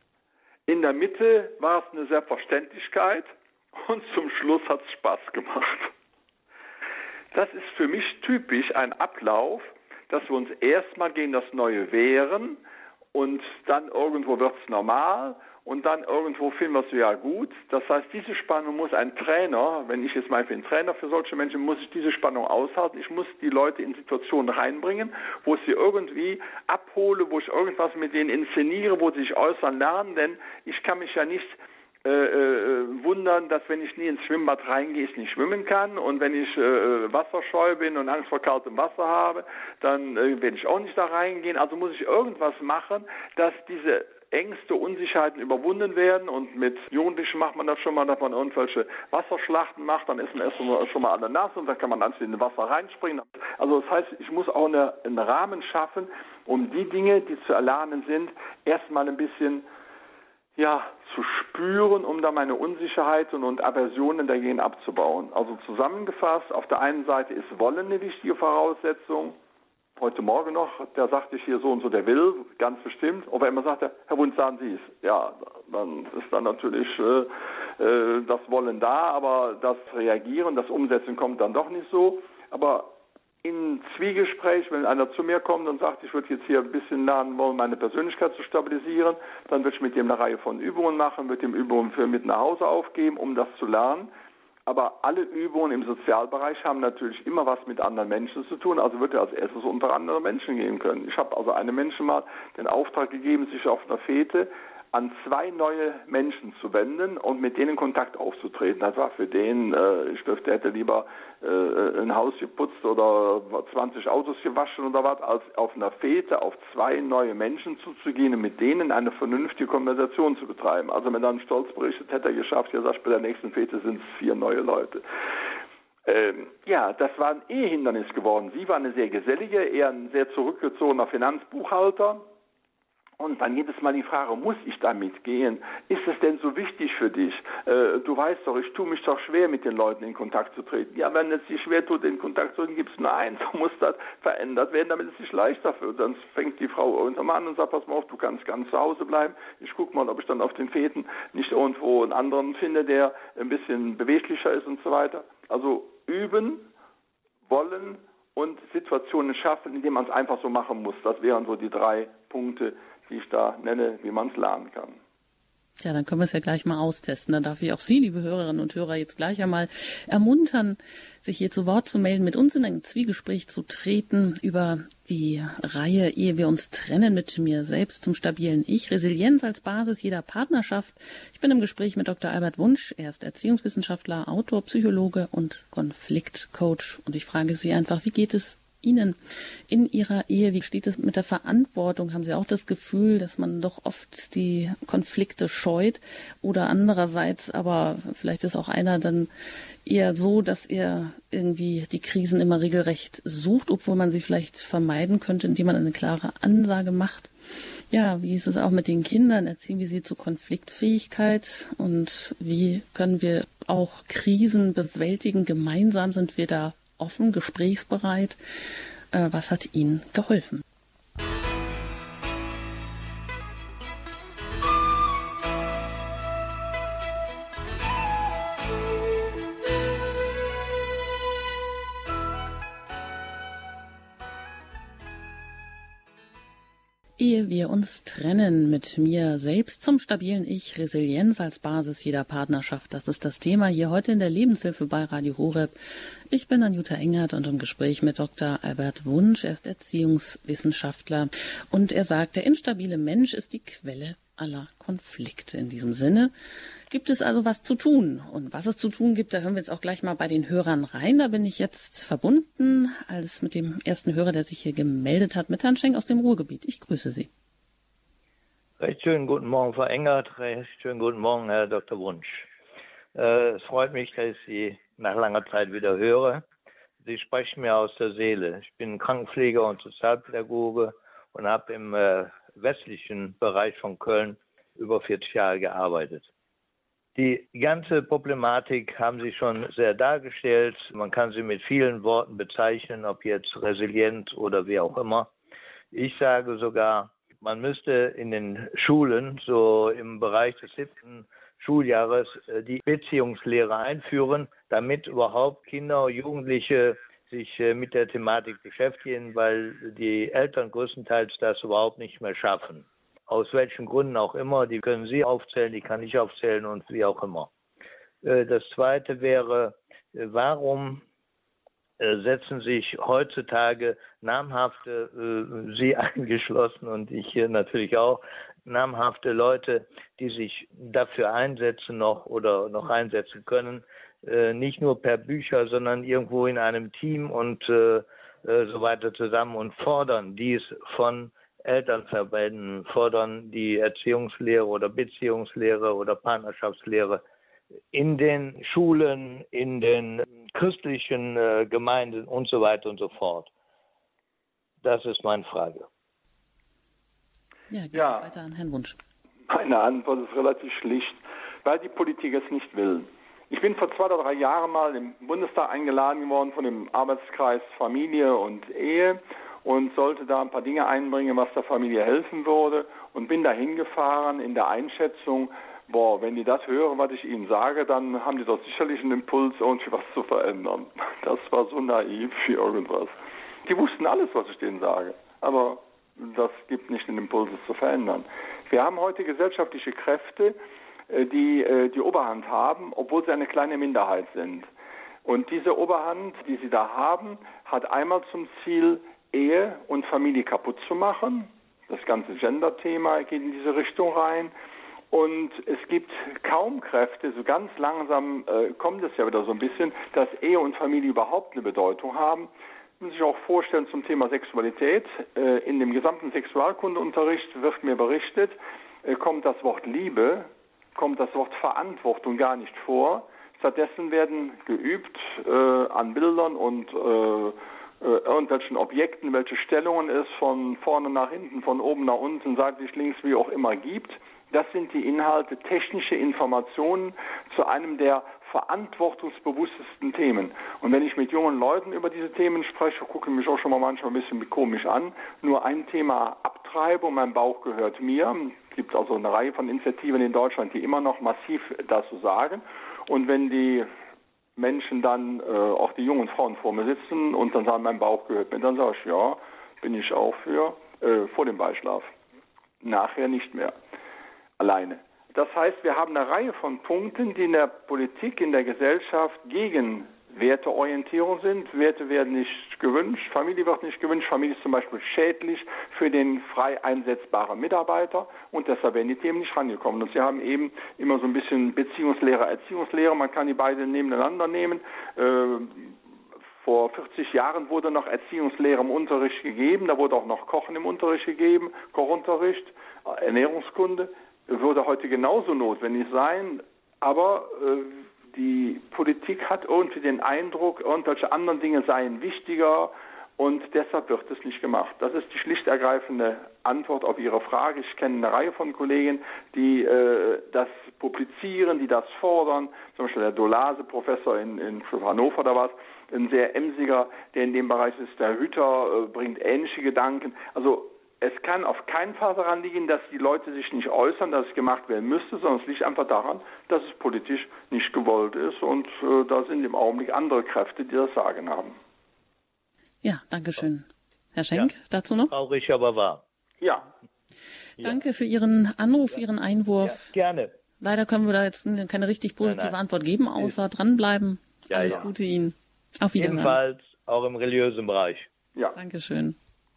In der Mitte war es eine Selbstverständlichkeit und zum Schluss hat es Spaß gemacht. Das ist für mich typisch ein Ablauf, dass wir uns erstmal gegen das Neue wehren und dann irgendwo wird es normal und dann irgendwo finden wir es ja gut. Das heißt, diese Spannung muss ein Trainer, wenn ich jetzt mal für einen Trainer für solche Menschen, muss ich diese Spannung aushalten. Ich muss die Leute in Situationen reinbringen, wo ich sie irgendwie abhole, wo ich irgendwas mit denen inszeniere, wo sie sich äußern lernen, denn ich kann mich ja nicht äh, äh, wundern, dass wenn ich nie ins Schwimmbad reingehe, ich nicht schwimmen kann und wenn ich äh, wasserscheu bin und Angst vor kaltem Wasser habe, dann äh, werde ich auch nicht da reingehen. Also muss ich irgendwas machen, dass diese Ängste, Unsicherheiten überwunden werden und mit Jugendlichen macht man das schon mal, dass man irgendwelche Wasserschlachten macht, dann ist man erst schon mal alle nass und dann kann man dann in das Wasser reinspringen. Also das heißt, ich muss auch eine, einen Rahmen schaffen, um die Dinge, die zu erlernen sind, erstmal ein bisschen ja, zu spüren, um da meine Unsicherheiten und Aversionen dagegen abzubauen. Also zusammengefasst, auf der einen Seite ist Wollen eine wichtige Voraussetzung. Heute Morgen noch, der sagte ich hier so und so, der will, ganz bestimmt. Ob er immer sagte, Herr Wunsch, sagen Sie es. Ja, dann ist dann natürlich äh, äh, das Wollen da, aber das Reagieren, das Umsetzen kommt dann doch nicht so. Aber in Zwiegespräch, wenn einer zu mir kommt und sagt, ich würde jetzt hier ein bisschen lernen wollen, meine Persönlichkeit zu stabilisieren, dann würde ich mit dem eine Reihe von Übungen machen, würde ihm Übungen für mit nach Hause aufgeben, um das zu lernen. Aber alle Übungen im Sozialbereich haben natürlich immer was mit anderen Menschen zu tun, also wird er als erstes unter andere Menschen gehen können. Ich habe also einem Menschen mal den Auftrag gegeben, sich auf einer Fete an zwei neue Menschen zu wenden und mit denen in Kontakt aufzutreten. Das war für den, äh, ich dürfte, hätte lieber äh, ein Haus geputzt oder zwanzig Autos gewaschen oder was, als auf einer Fete auf zwei neue Menschen zuzugehen und mit denen eine vernünftige Konversation zu betreiben. Also wenn dann stolz berichtet, hätte er geschafft, ja, sagt, bei der nächsten Fete sind es vier neue Leute. Ähm, ja, das war ein Ehehindernis geworden. Sie war eine sehr gesellige, eher ein sehr zurückgezogener Finanzbuchhalter. Und dann jedes Mal die Frage, muss ich da mitgehen? Ist es denn so wichtig für dich? Äh, du weißt doch, ich tue mich doch schwer, mit den Leuten in Kontakt zu treten. Ja, wenn es sich schwer tut, in Kontakt zu treten, gibt es nur eins, so muss das verändert werden, damit es sich leichter wird. Dann fängt die Frau irgendwann an und sagt, pass mal auf, du kannst ganz zu Hause bleiben. Ich gucke mal, ob ich dann auf den Feten nicht irgendwo einen anderen finde, der ein bisschen beweglicher ist und so weiter. Also üben, wollen und Situationen schaffen, indem man es einfach so machen muss. Das wären so die drei Punkte, die ich da nenne, wie man es lernen kann. Tja, dann können wir es ja gleich mal austesten. Dann darf ich auch Sie, liebe Hörerinnen und Hörer, jetzt gleich einmal ermuntern, sich hier zu Wort zu melden, mit uns in ein Zwiegespräch zu treten über die Reihe Ehe wir uns trennen, mit mir selbst zum stabilen Ich. Resilienz als Basis jeder Partnerschaft. Ich bin im Gespräch mit Doktor Albert Wunsch. Er ist Erziehungswissenschaftler, Autor, Psychologe und Konfliktcoach. Und ich frage Sie einfach, wie geht es Ihnen in Ihrer Ehe? Wie steht es mit der Verantwortung? Haben Sie auch das Gefühl, dass man doch oft die Konflikte scheut? Oder andererseits, aber vielleicht ist auch einer dann eher so, dass er irgendwie die Krisen immer regelrecht sucht, obwohl man sie vielleicht vermeiden könnte, indem man eine klare Ansage macht. Ja, wie ist es auch mit den Kindern? Erziehen wir sie zur Konfliktfähigkeit? Und wie können wir auch Krisen bewältigen? Gemeinsam sind wir da offen, gesprächsbereit. Äh, was hat Ihnen geholfen? Ehe wir uns trennen, mit mir selbst zum stabilen Ich, Resilienz als Basis jeder Partnerschaft. Das ist das Thema hier heute in der Lebenshilfe bei Radio Horeb. Ich bin Anjuta Engert und im Gespräch mit Doktor Albert Wunsch. Er ist Erziehungswissenschaftler und er sagt, der instabile Mensch ist die Quelle aller Konflikte. In diesem Sinne gibt es also was zu tun. Und was es zu tun gibt, da hören wir jetzt auch gleich mal bei den Hörern rein. Da bin ich jetzt verbunden als mit dem ersten Hörer, der sich hier gemeldet hat, mit Herrn Schenk aus dem Ruhrgebiet. Ich grüße Sie. Recht schönen guten Morgen, Frau Engert. Recht schönen guten Morgen, Herr Doktor Wunsch. Äh, es freut mich, dass ich Sie nach langer Zeit wieder höre. Sie sprechen mir aus der Seele. Ich bin Krankenpfleger und Sozialpädagoge und habe im äh, westlichen Bereich von Köln über vierzig Jahre gearbeitet. Die ganze Problematik haben Sie schon sehr dargestellt. Man kann sie mit vielen Worten bezeichnen, ob jetzt resilient oder wie auch immer. Ich sage sogar, man müsste in den Schulen, so im Bereich des siebten Schuljahres, die Beziehungslehre einführen, damit überhaupt Kinder und Jugendliche sich mit der Thematik beschäftigen, weil die Eltern größtenteils das überhaupt nicht mehr schaffen. Aus welchen Gründen auch immer, die können Sie aufzählen, die kann ich aufzählen und wie auch immer. Das Zweite wäre, warum setzen sich heutzutage namhafte, Sie eingeschlossen und ich hier natürlich auch, namhafte Leute, die sich dafür einsetzen noch oder noch einsetzen können, nicht nur per Bücher, sondern irgendwo in einem Team und so weiter zusammen und fordern dies von Elternverbänden, fordern die Erziehungslehre oder Beziehungslehre oder Partnerschaftslehre in den Schulen, in den christlichen äh, Gemeinden und so weiter und so fort. Das ist meine Frage. Ja, gehen Ja. wir weiter an Herrn Wunsch. Meine Antwort ist relativ schlicht, weil die Politik es nicht will. Ich bin vor zwei oder drei Jahren mal im Bundestag eingeladen worden von dem Arbeitskreis Familie und Ehe und sollte da ein paar Dinge einbringen, was der Familie helfen würde, und bin da hingefahren in der Einschätzung, boah, wenn die das hören, was ich ihnen sage, dann haben die doch sicherlich einen Impuls, irgendwie was zu verändern. Das war so naiv wie irgendwas. Die wussten alles, was ich denen sage, aber das gibt nicht den Impuls, es zu verändern. Wir haben heute gesellschaftliche Kräfte, die die Oberhand haben, obwohl sie eine kleine Minderheit sind. Und diese Oberhand, die sie da haben, hat einmal zum Ziel, Ehe und Familie kaputt zu machen. Das ganze Gender-Thema geht in diese Richtung rein. Und es gibt kaum Kräfte, so ganz langsam äh, kommt es ja wieder so ein bisschen, dass Ehe und Familie überhaupt eine Bedeutung haben. Man muss sich auch vorstellen zum Thema Sexualität. Äh, in dem gesamten Sexualkundeunterricht wird mir berichtet, äh, kommt das Wort Liebe, kommt das Wort Verantwortung gar nicht vor. Stattdessen werden geübt äh, an Bildern und äh, äh, irgendwelchen Objekten, welche Stellungen es von vorne nach hinten, von oben nach unten, seitlich, links, wie auch immer gibt. Das sind die Inhalte, technische Informationen zu einem der verantwortungsbewusstesten Themen. Und wenn ich mit jungen Leuten über diese Themen spreche, gucke ich mich auch schon mal manchmal ein bisschen komisch an. Nur ein Thema Abtreibung, mein Bauch gehört mir. Es gibt also eine Reihe von Initiativen in Deutschland, die immer noch massiv dazu sagen. Und wenn die Menschen dann, äh, auch die jungen Frauen vor mir sitzen und dann sagen, mein Bauch gehört mir, dann sage ich, ja, bin ich auch für, äh, vor dem Beischlaf. Nachher nicht mehr. Alleine. Das heißt, wir haben eine Reihe von Punkten, die in der Politik, in der Gesellschaft gegen Werteorientierung sind. Werte werden nicht gewünscht, Familie wird nicht gewünscht, Familie ist zum Beispiel schädlich für den frei einsetzbaren Mitarbeiter und deshalb werden die Themen nicht rangekommen. Und Sie haben eben immer so ein bisschen Beziehungslehre, Erziehungslehre, man kann die beiden nebeneinander nehmen. Äh, Vor vierzig Jahren wurde noch Erziehungslehre im Unterricht gegeben, da wurde auch noch Kochen im Unterricht gegeben, Kochunterricht, Ernährungskunde. Würde heute genauso notwendig sein, aber äh, die Politik hat irgendwie den Eindruck, irgendwelche anderen Dinge seien wichtiger und deshalb wird es nicht gemacht. Das ist die schlicht ergreifende Antwort auf Ihre Frage. Ich kenne eine Reihe von Kollegen, die äh, das publizieren, die das fordern, zum Beispiel der Dolase, Professor in, in Hannover oder was, ein sehr emsiger, der in dem Bereich ist, der Hüter, äh, bringt ähnliche Gedanken. Also es kann auf keinen Fall daran liegen, dass die Leute sich nicht äußern, dass es gemacht werden müsste, sondern es liegt einfach daran, dass es politisch nicht gewollt ist und äh, da sind im Augenblick andere Kräfte, die das Sagen haben. Ja, danke schön. Herr Schenk, ja, dazu noch? Traurig, aber wahr. Ja. Danke für Ihren Anruf, Ihren Einwurf. Ja, gerne. Leider können wir da jetzt keine richtig positive nein, nein. Antwort geben, außer dranbleiben. Ja, Alles ja. Gute Ihnen. Auf Wiedersehen. Ebenfalls auch im religiösen Bereich. Ja. Dankeschön.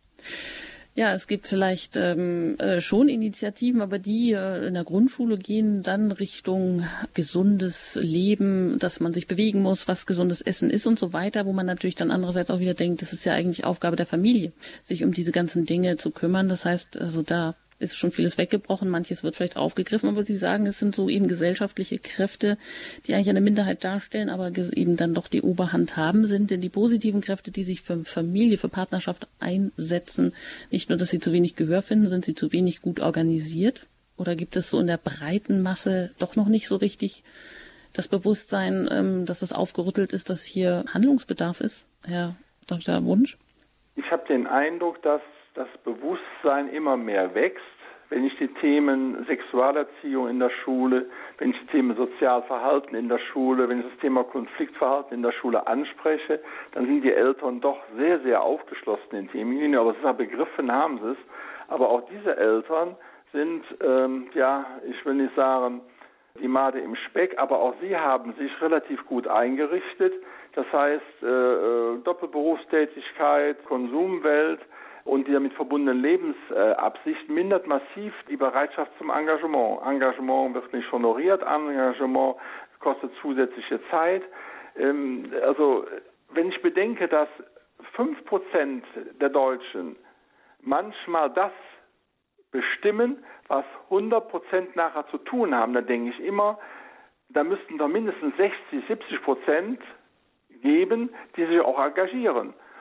Ja, es gibt vielleicht ähm, äh, schon Initiativen, aber die äh, in der Grundschule gehen dann Richtung gesundes Leben, dass man sich bewegen muss, was gesundes Essen ist und so weiter, wo man natürlich dann andererseits auch wieder denkt, das ist ja eigentlich Aufgabe der Familie, sich um diese ganzen Dinge zu kümmern. Das heißt, also da ist schon vieles weggebrochen, manches wird vielleicht aufgegriffen, aber Sie sagen, es sind so eben gesellschaftliche Kräfte, die eigentlich eine Minderheit darstellen, aber eben dann doch die Oberhand haben. Sind denn die positiven Kräfte, die sich für Familie, für Partnerschaft einsetzen, nicht nur, dass sie zu wenig Gehör finden, sind sie zu wenig gut organisiert? Oder gibt es so in der breiten Masse doch noch nicht so richtig das Bewusstsein, dass es aufgerüttelt ist, dass hier Handlungsbedarf ist, Herr Doktor Wunsch? Ich habe den Eindruck, dass das Bewusstsein immer mehr wächst. Wenn ich die Themen Sexualerziehung in der Schule, wenn ich die Themen Sozialverhalten in der Schule, wenn ich das Thema Konfliktverhalten in der Schule anspreche, dann sind die Eltern doch sehr, sehr aufgeschlossen in Themen. Aber es ist begriffen haben sie es. Aber auch diese Eltern sind, ähm, ja, ich will nicht sagen, die Made im Speck, aber auch sie haben sich relativ gut eingerichtet. Das heißt, äh, Doppelberufstätigkeit, Konsumwelt, und die damit verbundene Lebensabsicht mindert massiv die Bereitschaft zum Engagement. Engagement wird nicht honoriert, Engagement kostet zusätzliche Zeit. Also wenn ich bedenke, dass fünf Prozent der Deutschen manchmal das bestimmen, was hundert Prozent nachher zu tun haben, dann denke ich immer, da müssten doch mindestens sechzig, siebzig Prozent geben, die sich auch engagieren.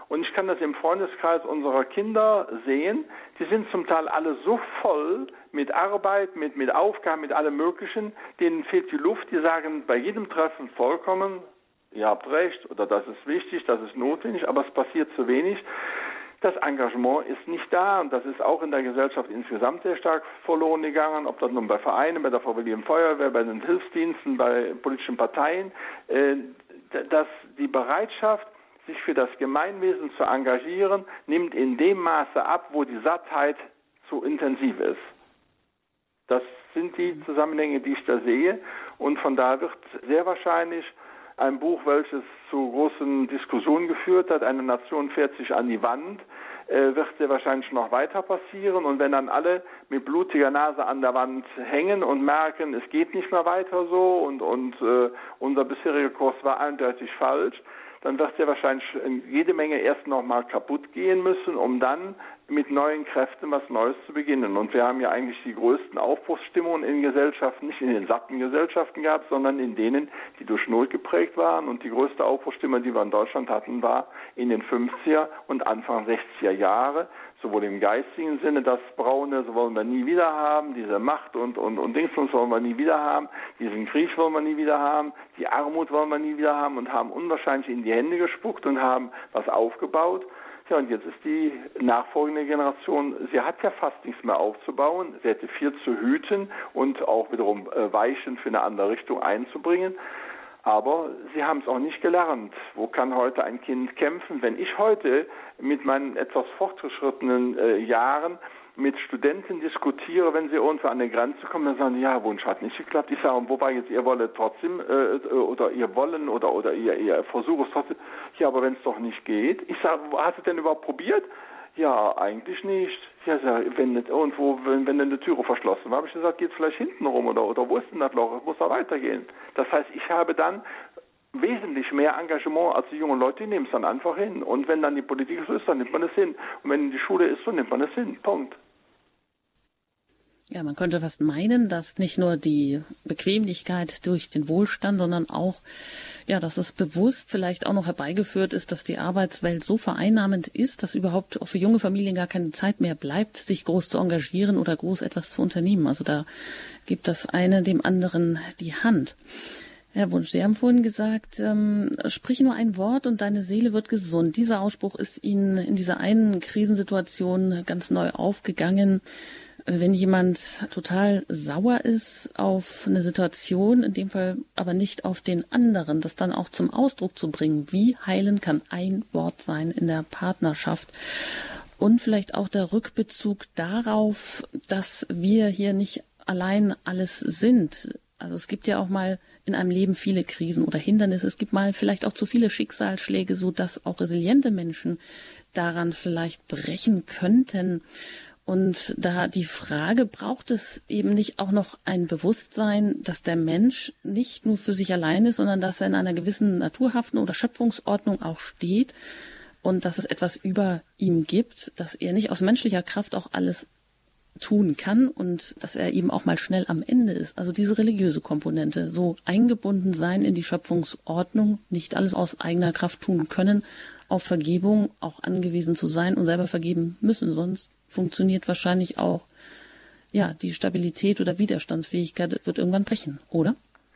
Und ich kann das im Freundeskreis unserer Kinder sehen. Die sind zum Teil alle so voll mit Arbeit, mit, mit Aufgaben, mit allem Möglichen. Denen fehlt die Luft. Die sagen bei jedem Treffen vollkommen, ihr habt recht oder das ist wichtig, das ist notwendig, aber es passiert zu wenig. Das Engagement ist nicht da und das ist auch in der Gesellschaft insgesamt sehr stark verloren gegangen, ob das nun bei Vereinen, bei der Freiwilligen Feuerwehr, bei den Hilfsdiensten, bei politischen Parteien, äh, dass die Bereitschaft, sich für das Gemeinwesen zu engagieren, nimmt in dem Maße ab, wo die Sattheit zu intensiv ist. Das sind die Zusammenhänge, die ich da sehe und von da wird sehr wahrscheinlich ein Buch, welches zu großen Diskussionen geführt hat, eine Nation fährt sich an die Wand, äh, wird sehr wahrscheinlich noch weiter passieren. Und wenn dann alle mit blutiger Nase an der Wand hängen und merken, es geht nicht mehr weiter so und, und äh, unser bisheriger Kurs war eindeutig falsch, dann wird sehr wahrscheinlich jede Menge erst noch mal kaputt gehen müssen, um dann mit neuen Kräften was Neues zu beginnen. Und wir haben ja eigentlich die größten Aufbruchsstimmungen in Gesellschaften, nicht in den satten Gesellschaften gehabt, sondern in denen, die durch Not geprägt waren. Und die größte Aufbruchsstimme, die wir in Deutschland hatten, war in den fünfziger und Anfang sechziger Jahre, sowohl im geistigen Sinne, das Braune, so wollen wir nie wieder haben, diese Macht und, und, und Dingsbums wollen wir nie wieder haben, diesen Krieg wollen wir nie wieder haben, die Armut wollen wir nie wieder haben und haben unwahrscheinlich in die Hände gespuckt und haben was aufgebaut. Ja, und jetzt ist die nachfolgende Generation, sie hat ja fast nichts mehr aufzubauen, sie hätte viel zu hüten und auch wiederum äh, Weichen für eine andere Richtung einzubringen. Aber sie haben es auch nicht gelernt. Wo kann heute ein Kind kämpfen? Wenn ich heute mit meinen etwas fortgeschrittenen äh, Jahren mit Studenten diskutiere, wenn sie irgendwo an eine Grenze kommen, dann sagen, ja, Wunsch hat nicht geklappt. Ich sage, wobei jetzt ihr wollt trotzdem äh, oder ihr wollen oder oder ihr, ihr versucht es trotzdem. Ja, aber wenn es doch nicht geht. Ich sage, hast du denn überhaupt probiert? Ja, eigentlich nicht. Ja, wenn nicht irgendwo, wenn, wenn eine Türe verschlossen war, habe ich gesagt, geht es vielleicht hinten rum oder, oder wo ist denn das Loch? Es muss da weitergehen. Das heißt, ich habe dann wesentlich mehr Engagement als die jungen Leute, die nehmen es dann einfach hin. Und wenn dann die Politik so ist, dann nimmt man es hin. Und wenn die Schule ist, so nimmt man es hin. Punkt. Ja, man könnte fast meinen, dass nicht nur die Bequemlichkeit durch den Wohlstand, sondern auch, ja, dass es bewusst vielleicht auch noch herbeigeführt ist, dass die Arbeitswelt so vereinnahmend ist, dass überhaupt auch für junge Familien gar keine Zeit mehr bleibt, sich groß zu engagieren oder groß etwas zu unternehmen. Also da gibt das eine dem anderen die Hand. Herr Wunsch, Sie haben vorhin gesagt, ähm, sprich nur ein Wort und deine Seele wird gesund. Dieser Ausspruch ist Ihnen in dieser einen Krisensituation ganz neu aufgegangen. Wenn jemand total sauer ist auf eine Situation, in dem Fall aber nicht auf den anderen, das dann auch zum Ausdruck zu bringen, wie heilen kann ein Wort sein in der Partnerschaft. Und vielleicht auch der Rückbezug darauf, dass wir hier nicht allein alles sind. Also es gibt ja auch mal in einem Leben viele Krisen oder Hindernisse. Es gibt mal vielleicht auch zu viele Schicksalsschläge, so dass auch resiliente Menschen daran vielleicht brechen könnten. Und da die Frage, braucht es eben nicht auch noch ein Bewusstsein, dass der Mensch nicht nur für sich allein ist, sondern dass er in einer gewissen naturhaften oder Schöpfungsordnung auch steht und dass es etwas über ihm gibt, dass er nicht aus menschlicher Kraft auch alles tun kann und dass er eben auch mal schnell am Ende ist. Also diese religiöse Komponente, so eingebunden sein in die Schöpfungsordnung, nicht alles aus eigener Kraft tun können, auf Vergebung auch angewiesen zu sein und selber vergeben müssen, sonst funktioniert wahrscheinlich auch, ja, die Stabilität oder Widerstandsfähigkeit wird irgendwann brechen, oder?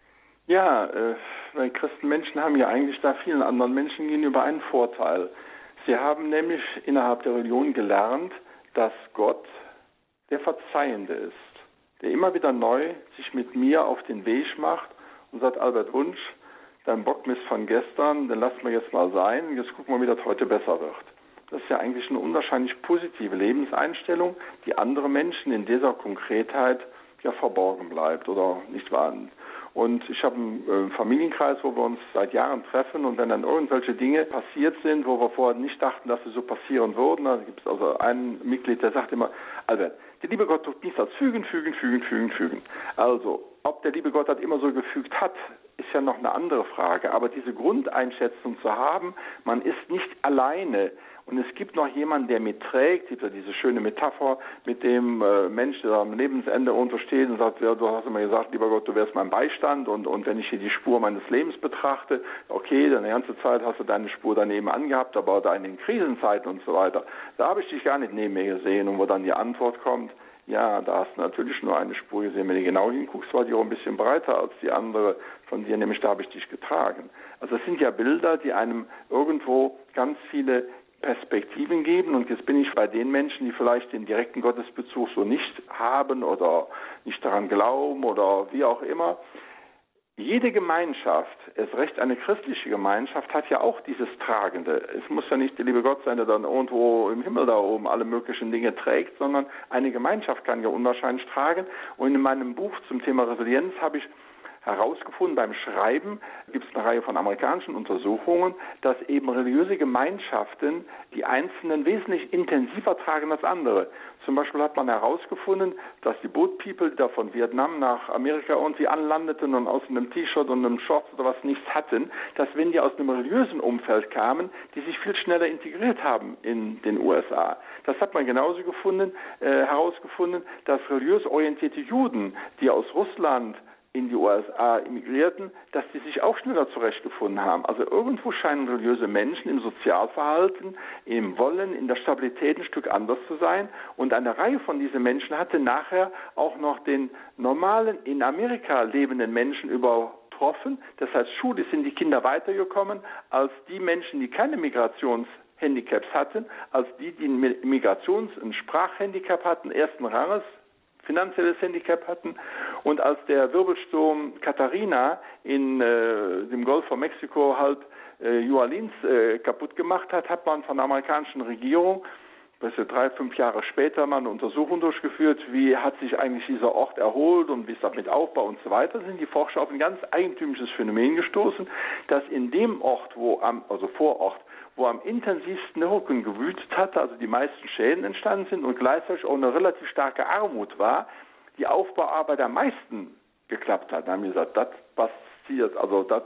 Ja, äh, weil Christenmenschen haben ja eigentlich da vielen anderen Menschen gegenüber einen Vorteil. Sie haben nämlich innerhalb der Religion gelernt, dass Gott der Verzeihende ist, der immer wieder neu sich mit mir auf den Weg macht und sagt, Albert Wunsch, dein Bockmist von gestern, den lassen wir jetzt mal sein, jetzt gucken wir, wie das heute besser wird. Das ist ja eigentlich eine unwahrscheinlich positive Lebenseinstellung, die andere Menschen in dieser Konkretheit ja verborgen bleibt oder nicht wahr. Und ich habe einen äh, Familienkreis, wo wir uns seit Jahren treffen und wenn dann irgendwelche Dinge passiert sind, wo wir vorher nicht dachten, dass sie so passieren würden, da gibt es also einen Mitglied, der sagt immer, Albert, der liebe Gott tut nichts als fügen, fügen, fügen, fügen, fügen. Also, ob der liebe Gott das immer so gefügt hat, ist ist ja noch eine andere Frage. Aber diese Grundeinschätzung zu haben, man ist nicht alleine. Und es gibt noch jemanden, der mitträgt. Es gibt ja diese schöne Metapher mit dem äh, Mensch, der am Lebensende untersteht und sagt, ja, du hast immer gesagt, lieber Gott, du wärst mein Beistand. Und, und wenn ich hier die Spur meines Lebens betrachte, okay, dann die ganze Zeit hast du deine Spur daneben angehabt, aber da in den Krisenzeiten und so weiter, da habe ich dich gar nicht neben mir gesehen. Und wo dann die Antwort kommt, ja, da hast du natürlich nur eine Spur gesehen. Wenn du genau hinguckst, war die auch ein bisschen breiter als die andere von dir, nämlich da habe ich dich getragen. Also das sind ja Bilder, die einem irgendwo ganz viele Perspektiven geben. Und jetzt bin ich bei den Menschen, die vielleicht den direkten Gottesbezug so nicht haben oder nicht daran glauben oder wie auch immer. Jede Gemeinschaft, erst recht eine christliche Gemeinschaft, hat ja auch dieses Tragende. Es muss ja nicht der liebe Gott sein, der dann irgendwo im Himmel da oben alle möglichen Dinge trägt, sondern eine Gemeinschaft kann ja unwahrscheinlich tragen. Und in meinem Buch zum Thema Resilienz habe ich herausgefunden, beim Schreiben gibt es eine Reihe von amerikanischen Untersuchungen, dass eben religiöse Gemeinschaften die Einzelnen wesentlich intensiver tragen als andere. Zum Beispiel hat man herausgefunden, dass die Boat People, die da von Vietnam nach Amerika irgendwie anlandeten und aus einem T-Shirt und einem Shorts oder was nichts hatten, dass wenn die aus einem religiösen Umfeld kamen, die sich viel schneller integriert haben in den U S A. Das hat man genauso gefunden, äh, herausgefunden, dass religiös orientierte Juden, die aus Russland in die U S A immigrierten, dass die sich auch schneller zurechtgefunden haben. Also irgendwo scheinen religiöse Menschen im Sozialverhalten, im Wollen, in der Stabilität ein Stück anders zu sein. Und eine Reihe von diesen Menschen hatte nachher auch noch den normalen, in Amerika lebenden Menschen übertroffen. Das heißt, schulisch sind die Kinder weitergekommen als die Menschen, die keine Migrationshandicaps hatten, als die, die ein Migrations-, ein Sprachhandicap hatten, ersten Ranges, finanzielles Handicap hatten. Und als der Wirbelsturm Katharina in äh, dem Golf von Mexiko halb äh, New Orleans äh, kaputt gemacht hat, hat man von der amerikanischen Regierung, das ist drei, fünf Jahre später, mal eine Untersuchung durchgeführt, wie hat sich eigentlich dieser Ort erholt und wie ist das mit Aufbau und so weiter, sind die Forscher auf ein ganz eigentümliches Phänomen gestoßen, dass in dem Ort, wo am, also vor Ort, wo am intensivsten der Rücken gewütet hatte, also die meisten Schäden entstanden sind und gleichzeitig auch eine relativ starke Armut war, die Aufbauarbeit am meisten geklappt hat. Da haben wir gesagt, das passiert, also das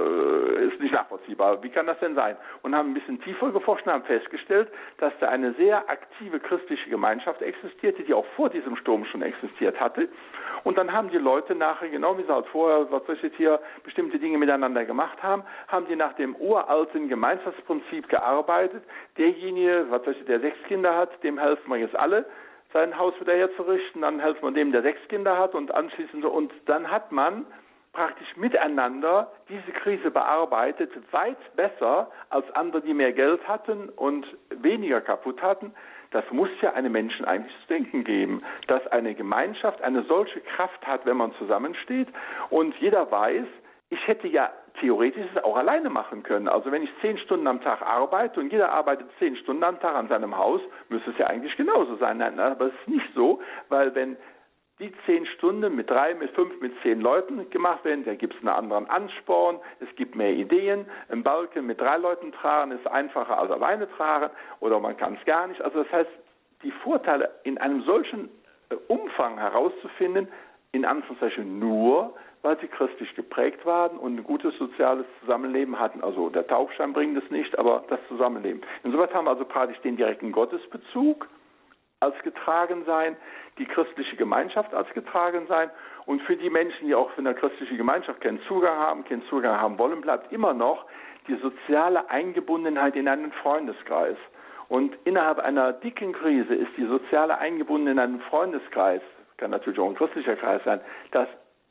äh, ist nicht nachvollziehbar. Wie kann das denn sein? Und haben ein bisschen tiefer geforscht und haben festgestellt, dass da eine sehr aktive christliche Gemeinschaft existierte, die auch vor diesem Sturm schon existiert hatte. Und dann haben die Leute nachher, genau wie sie halt vorher, was ich jetzt hier, bestimmte Dinge miteinander gemacht haben, haben die nach dem uralten Gemeinschaftsprinzip gearbeitet. Derjenige, was weiß ich, der sechs Kinder hat, dem helfen wir jetzt alle, sein Haus wieder herzurichten, dann helfen wir dem, der sechs Kinder hat und anschließend so. Und dann hat man praktisch miteinander diese Krise bearbeitet, weit besser als andere, die mehr Geld hatten und weniger kaputt hatten. Das muss ja einem Menschen eigentlich zu denken geben, dass eine Gemeinschaft eine solche Kraft hat, wenn man zusammensteht. Und jeder weiß, ich hätte ja theoretisch es auch alleine machen können. Also wenn ich zehn Stunden am Tag arbeite und jeder arbeitet zehn Stunden am Tag an seinem Haus, müsste es ja eigentlich genauso sein. Nein, aber es ist nicht so, weil wenn die zehn Stunden mit drei, mit fünf, mit zehn Leuten gemacht werden, da gibt es einen anderen Ansporn, es gibt mehr Ideen. Ein Balken mit drei Leuten tragen ist einfacher als alleine tragen oder man kann es gar nicht. Also das heißt, die Vorteile in einem solchen Umfang herauszufinden, in Anführungszeichen nur, weil sie christlich geprägt waren und ein gutes soziales Zusammenleben hatten. Also der Taufschein bringt es nicht, aber das Zusammenleben. Insoweit haben wir also praktisch den direkten Gottesbezug als getragen sein, die christliche Gemeinschaft als getragen sein. Und für die Menschen, die auch für eine christliche Gemeinschaft keinen Zugang haben, keinen Zugang haben wollen, bleibt immer noch die soziale Eingebundenheit in einen Freundeskreis. Und innerhalb einer dicken Krise ist die soziale Eingebundenheit in einen Freundeskreis, kann natürlich auch ein christlicher Kreis sein, das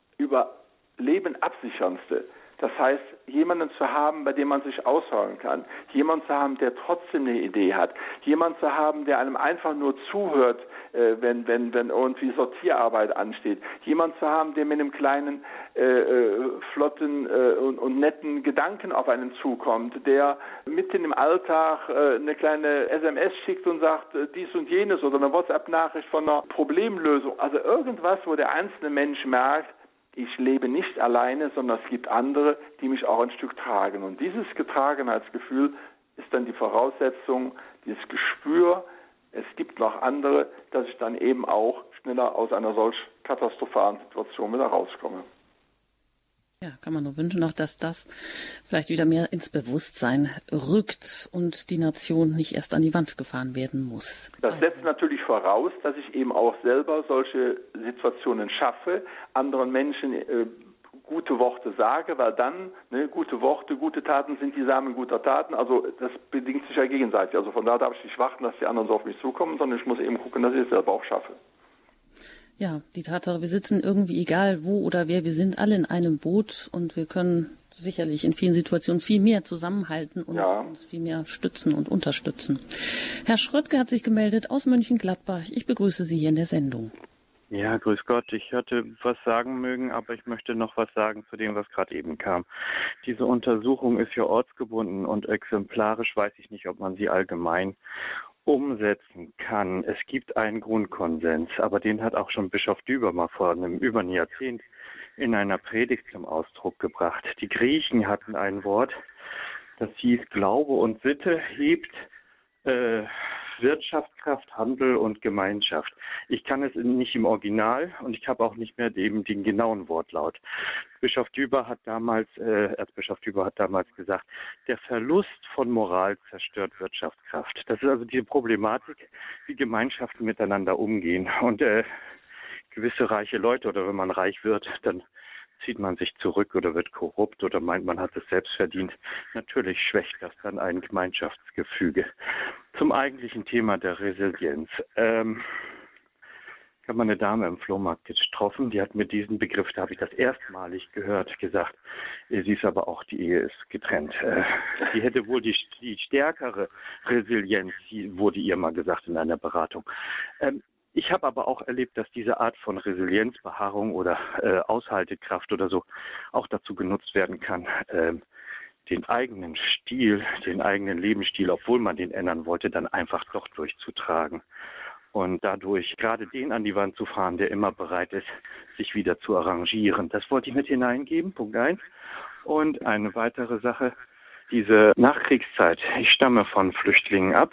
Überleben absicherndste. Das heißt, jemanden zu haben, bei dem man sich ausheulen kann. Jemanden zu haben, der trotzdem eine Idee hat. Jemanden zu haben, der einem einfach nur zuhört, äh, wenn, wenn, wenn irgendwie Sortierarbeit ansteht. Jemanden zu haben, der mit einem kleinen, äh, äh, flotten äh, und, und netten Gedanken auf einen zukommt. Der mitten im Alltag äh, eine kleine S M S schickt und sagt, äh, dies und jenes oder eine WhatsApp-Nachricht von einer Problemlösung. Also irgendwas, wo der einzelne Mensch merkt, ich lebe nicht alleine, sondern es gibt andere, die mich auch ein Stück tragen. Und dieses Getragenheitsgefühl ist dann die Voraussetzung, dieses Gespür, es gibt noch andere, dass ich dann eben auch schneller aus einer solch katastrophalen Situation wieder rauskomme. Ja, kann man nur wünschen noch, dass das vielleicht wieder mehr ins Bewusstsein rückt und die Nation nicht erst an die Wand gefahren werden muss. Das setzt natürlich voraus, dass ich eben auch selber solche Situationen schaffe, anderen Menschen äh, gute Worte sage, weil dann, ne, gute Worte, gute Taten sind die Samen guter Taten, also das bedingt sich ja gegenseitig. Also von da darf ich nicht warten, dass die anderen so auf mich zukommen, sondern ich muss eben gucken, dass ich es selber auch schaffe. Ja, die Tatsache, wir sitzen irgendwie, egal wo oder wer, wir sind alle in einem Boot und wir können sicherlich in vielen Situationen viel mehr zusammenhalten und ja. uns viel mehr stützen und unterstützen. Herr Schröttke hat sich gemeldet aus Mönchengladbach. Ich begrüße Sie hier in der Sendung. Ja, grüß Gott. Ich hatte was sagen mögen, aber ich möchte noch was sagen zu dem, was gerade eben kam. Diese Untersuchung ist ja ortsgebunden und exemplarisch weiß ich nicht, ob man sie allgemein umsetzen kann. Es gibt einen Grundkonsens, aber den hat auch schon Bischof Düber mal vor einem über ein Jahrzehnt in einer Predigt zum Ausdruck gebracht. Die Griechen hatten ein Wort, das hieß Glaube und Sitte hebt äh, Wirtschaftskraft, Handel und Gemeinschaft. Ich kann es nicht im Original und ich habe auch nicht mehr den, den genauen Wortlaut. Bischof Düber hat damals, äh, Erzbischof Düber hat damals gesagt, der Verlust von Moral zerstört Wirtschaftskraft. Das ist also die Problematik, wie Gemeinschaften miteinander umgehen. Und äh, gewisse reiche Leute, oder wenn man reich wird, dann zieht man sich zurück oder wird korrupt oder meint, man hat es selbst verdient. Natürlich schwächt das dann ein Gemeinschaftsgefüge. Zum eigentlichen Thema der Resilienz. Ähm, ich habe mal eine Dame im Flohmarkt getroffen, die hat mir diesen Begriff, da habe ich das erstmalig gehört, gesagt, sie ist aber auch, die Ehe ist getrennt. Äh, die hätte wohl die, die stärkere Resilienz, wurde ihr mal gesagt in einer Beratung. Ähm, Ich habe aber auch erlebt, dass diese Art von Resilienz, Beharrung oder äh, Aushaltekraft oder so auch dazu genutzt werden kann, äh, den eigenen Stil, den eigenen Lebensstil, obwohl man den ändern wollte, dann einfach doch durchzutragen. Und dadurch gerade den an die Wand zu fahren, der immer bereit ist, sich wieder zu arrangieren. Das wollte ich mit hineingeben, Punkt eins. Und eine weitere Sache, diese Nachkriegszeit. Ich stamme von Flüchtlingen ab.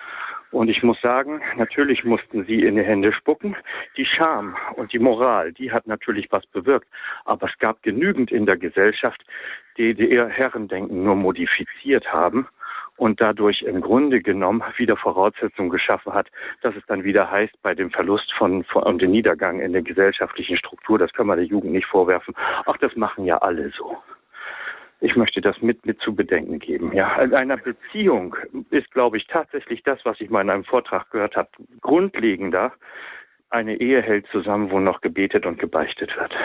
Und ich muss sagen, natürlich mussten sie in die Hände spucken. Die Scham und die Moral, die hat natürlich was bewirkt. Aber es gab genügend in der Gesellschaft, die ihr Herrendenken nur modifiziert haben und dadurch im Grunde genommen wieder Voraussetzungen geschaffen hat, dass es dann wieder heißt, bei dem Verlust von, von und dem Niedergang in der gesellschaftlichen Struktur, das kann man der Jugend nicht vorwerfen. Ach, das machen ja alle so. Ich möchte das mit, mit zu bedenken geben. Ja, in einer Beziehung ist, glaube ich, tatsächlich das, was ich mal in einem Vortrag gehört habe, grundlegender. Eine Ehe hält zusammen, wo noch gebetet und gebeichtet wird.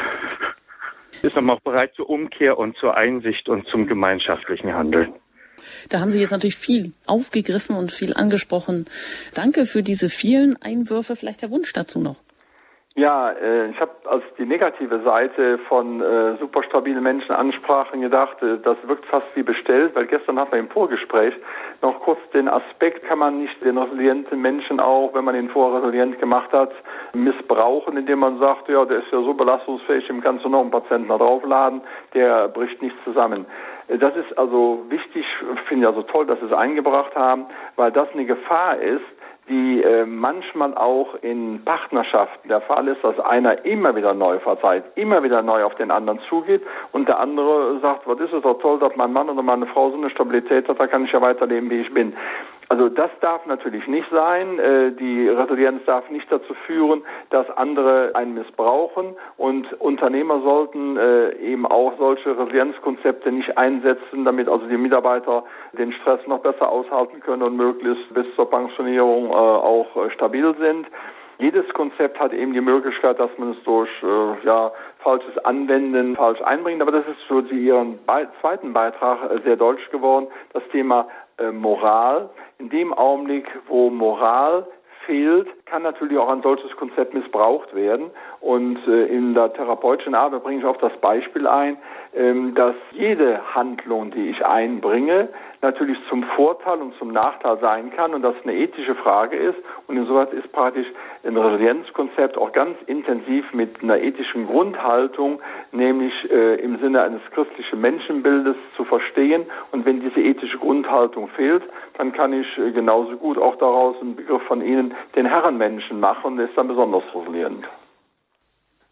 Ist aber auch bereit zur Umkehr und zur Einsicht und zum gemeinschaftlichen Handeln. Da haben Sie jetzt natürlich viel aufgegriffen und viel angesprochen. Danke für diese vielen Einwürfe. Vielleicht der Wunsch dazu noch. Ja, äh, ich habe als die negative Seite von äh, super stabilen Menschen ansprachen gedacht, äh, das wirkt fast wie bestellt, weil gestern hatten wir im Vorgespräch noch kurz den Aspekt, kann man nicht den resilienten Menschen auch, wenn man ihn vorher resilient gemacht hat, missbrauchen, indem man sagt, ja, der ist ja so belastungsfähig, dem kannst du noch einen Patienten da draufladen, der bricht nicht zusammen. Das ist also wichtig, finde ich also toll, dass Sie es eingebracht haben, weil das eine Gefahr ist, die äh, manchmal auch in Partnerschaften der Fall ist, dass einer immer wieder neu verzeiht, immer wieder neu auf den anderen zugeht und der andere sagt, was ist es doch toll, dass mein Mann oder meine Frau so eine Stabilität hat, da kann ich ja weiterleben, wie ich bin. Also das darf natürlich nicht sein. Äh, die Resilienz darf nicht dazu führen, dass andere einen missbrauchen und Unternehmer sollten äh, eben auch solche Resilienzkonzepte nicht einsetzen, damit also die Mitarbeiter den Stress noch besser aushalten können und möglichst bis zur Pensionierung äh, auch äh, stabil sind. Jedes Konzept hat eben die Möglichkeit, dass man es durch äh, ja, falsches Anwenden falsch einbringt. Aber das ist für Sie Ihren Be- zweiten Beitrag äh, sehr deutlich geworden, das Thema äh, Moral. In dem Augenblick, wo Moral fehlt, kann natürlich auch ein solches Konzept missbraucht werden. Und äh, in der therapeutischen Arbeit bringe ich auch das Beispiel ein, ähm, dass jede Handlung, die ich einbringe, natürlich zum Vorteil und zum Nachteil sein kann und das eine ethische Frage ist. Und insoweit ist praktisch ein Resilienzkonzept auch ganz intensiv mit einer ethischen Grundhaltung, nämlich äh, im Sinne eines christlichen Menschenbildes zu verstehen. Und wenn diese ethische Grundhaltung fehlt, dann kann ich äh, genauso gut auch daraus einen Begriff von Ihnen, den Herrenmenschen machen, und ist dann besonders resilient.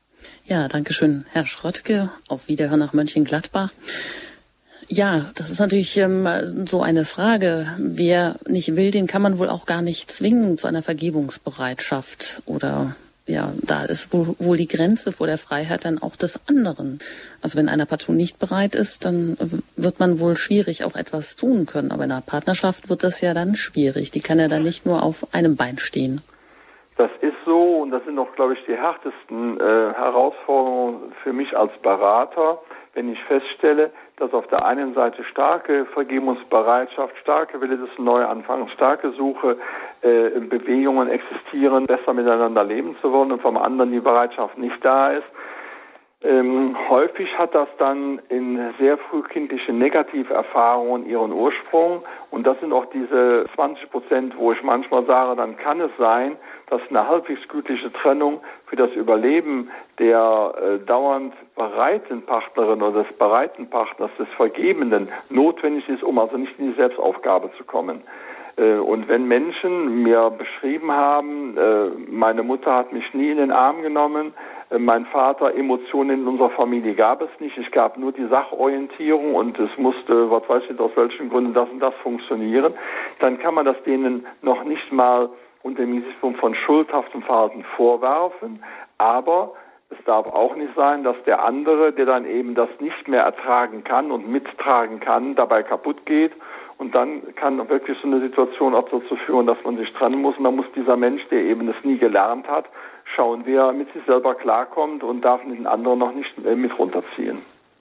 Ja, danke schön, Herr Schröttke. Auf Wiederhören nach Mönchengladbach. Ja, das ist natürlich ähm, so eine Frage. Wer nicht will, den kann man wohl auch gar nicht zwingen zu einer Vergebungsbereitschaft. Oder ja, da ist wohl, wohl die Grenze vor der Freiheit dann auch des anderen. Also wenn einer partout nicht bereit ist, dann wird man wohl schwierig auch etwas tun können. Aber in einer Partnerschaft wird das ja dann schwierig. Die kann ja dann nicht nur auf einem Bein stehen. Das ist so, und das sind auch, glaube ich, die härtesten äh, Herausforderungen für mich als Berater, wenn ich feststelle, dass auf der einen Seite starke Vergebungsbereitschaft, starke Wille des Neuanfangs, starke Suche, äh, Bewegungen existieren, besser miteinander leben zu wollen, und vom anderen die Bereitschaft nicht da ist. Ähm, häufig hat das dann in sehr frühkindliche Negativerfahrungen ihren Ursprung, und das sind auch diese zwanzig Prozent, wo ich manchmal sage, dann kann es sein, dass eine halbwegs gütliche Trennung für das Überleben der äh, dauernd bereiten Partnerin oder des bereiten Partners, des Vergebenden, notwendig ist, um also nicht in die Selbstaufgabe zu kommen. Äh, und wenn Menschen mir beschrieben haben, äh, meine Mutter hat mich nie in den Arm genommen, äh, mein Vater, Emotionen in unserer Familie gab es nicht, es gab nur die Sachorientierung und es musste, was weiß ich, aus welchen Gründen das und das funktionieren, dann kann man das denen noch nicht mal unter dem Gesichtspunkt von schuldhaftem Verhalten vorwerfen, aber es darf auch nicht sein, dass der andere, der dann eben das nicht mehr ertragen kann und mittragen kann, dabei kaputt geht, und dann kann wirklich so eine Situation auch dazu führen, dass man sich trennen muss, und dann muss dieser Mensch, der eben das nie gelernt hat, schauen, wie er mit sich selber klarkommt, und darf den anderen noch nicht mit runterziehen.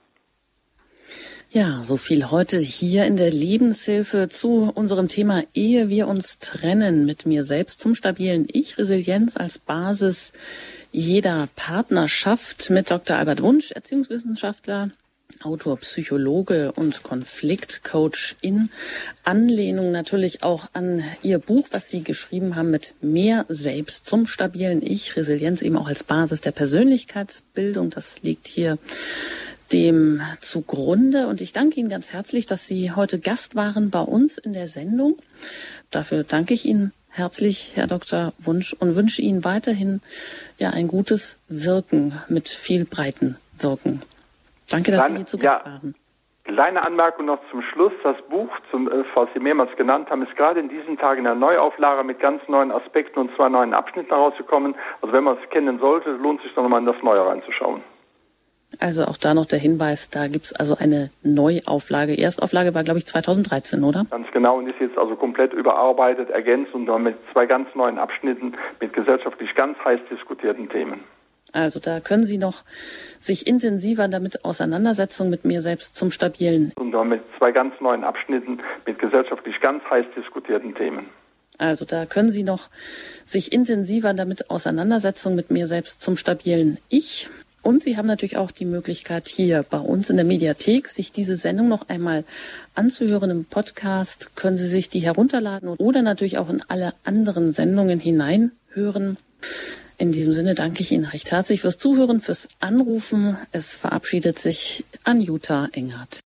Ja, so viel heute hier in der Lebenshilfe zu unserem Thema Ehe wir uns trennen, mit mir selbst zum stabilen Ich, Resilienz als Basis jeder Partnerschaft, mit Doktor Albert Wunsch, Erziehungswissenschaftler, Autor, Psychologe und Konfliktcoach, in Anlehnung natürlich auch an Ihr Buch, was Sie geschrieben haben, mit mehr Selbst zum stabilen Ich, Resilienz eben auch als Basis der Persönlichkeitsbildung. Das liegt hier dem zugrunde. Und ich danke Ihnen ganz herzlich, dass Sie heute Gast waren bei uns in der Sendung. Dafür danke ich Ihnen herzlich, Herr Doktor Wunsch, und wünsche Ihnen weiterhin ja ein gutes Wirken mit viel breiten Wirken. Danke, dass Kleine, Sie hier zu Gast ja, waren. Kleine Anmerkung noch zum Schluss. Das Buch, zum, was Sie mehrmals genannt haben, ist gerade in diesen Tagen in der Neuauflage mit ganz neuen Aspekten und zwei neuen Abschnitten herausgekommen. Also wenn man es kennen sollte, lohnt sich doch nochmal in das Neue reinzuschauen. Also auch da noch der Hinweis, da gibt's also eine Neuauflage. Erstauflage war, glaube ich, zweitausenddreizehn, oder? Ganz genau, und ist jetzt also komplett überarbeitet, ergänzt und dann mit zwei ganz neuen Abschnitten mit gesellschaftlich ganz heiß diskutierten Themen. Also da können Sie noch sich intensiver damit auseinandersetzen, mit mir selbst zum stabilen. Und dann mit zwei ganz neuen Abschnitten mit gesellschaftlich ganz heiß diskutierten Themen. Also da können Sie noch sich intensiver damit auseinandersetzen, mit mir selbst zum stabilen Ich. Und Sie haben natürlich auch die Möglichkeit, hier bei uns in der Mediathek sich diese Sendung noch einmal anzuhören. Im Podcast können Sie sich die herunterladen oder natürlich auch in alle anderen Sendungen hineinhören. In diesem Sinne danke ich Ihnen recht herzlich fürs Zuhören, fürs Anrufen. Es verabschiedet sich Anjuta Engert.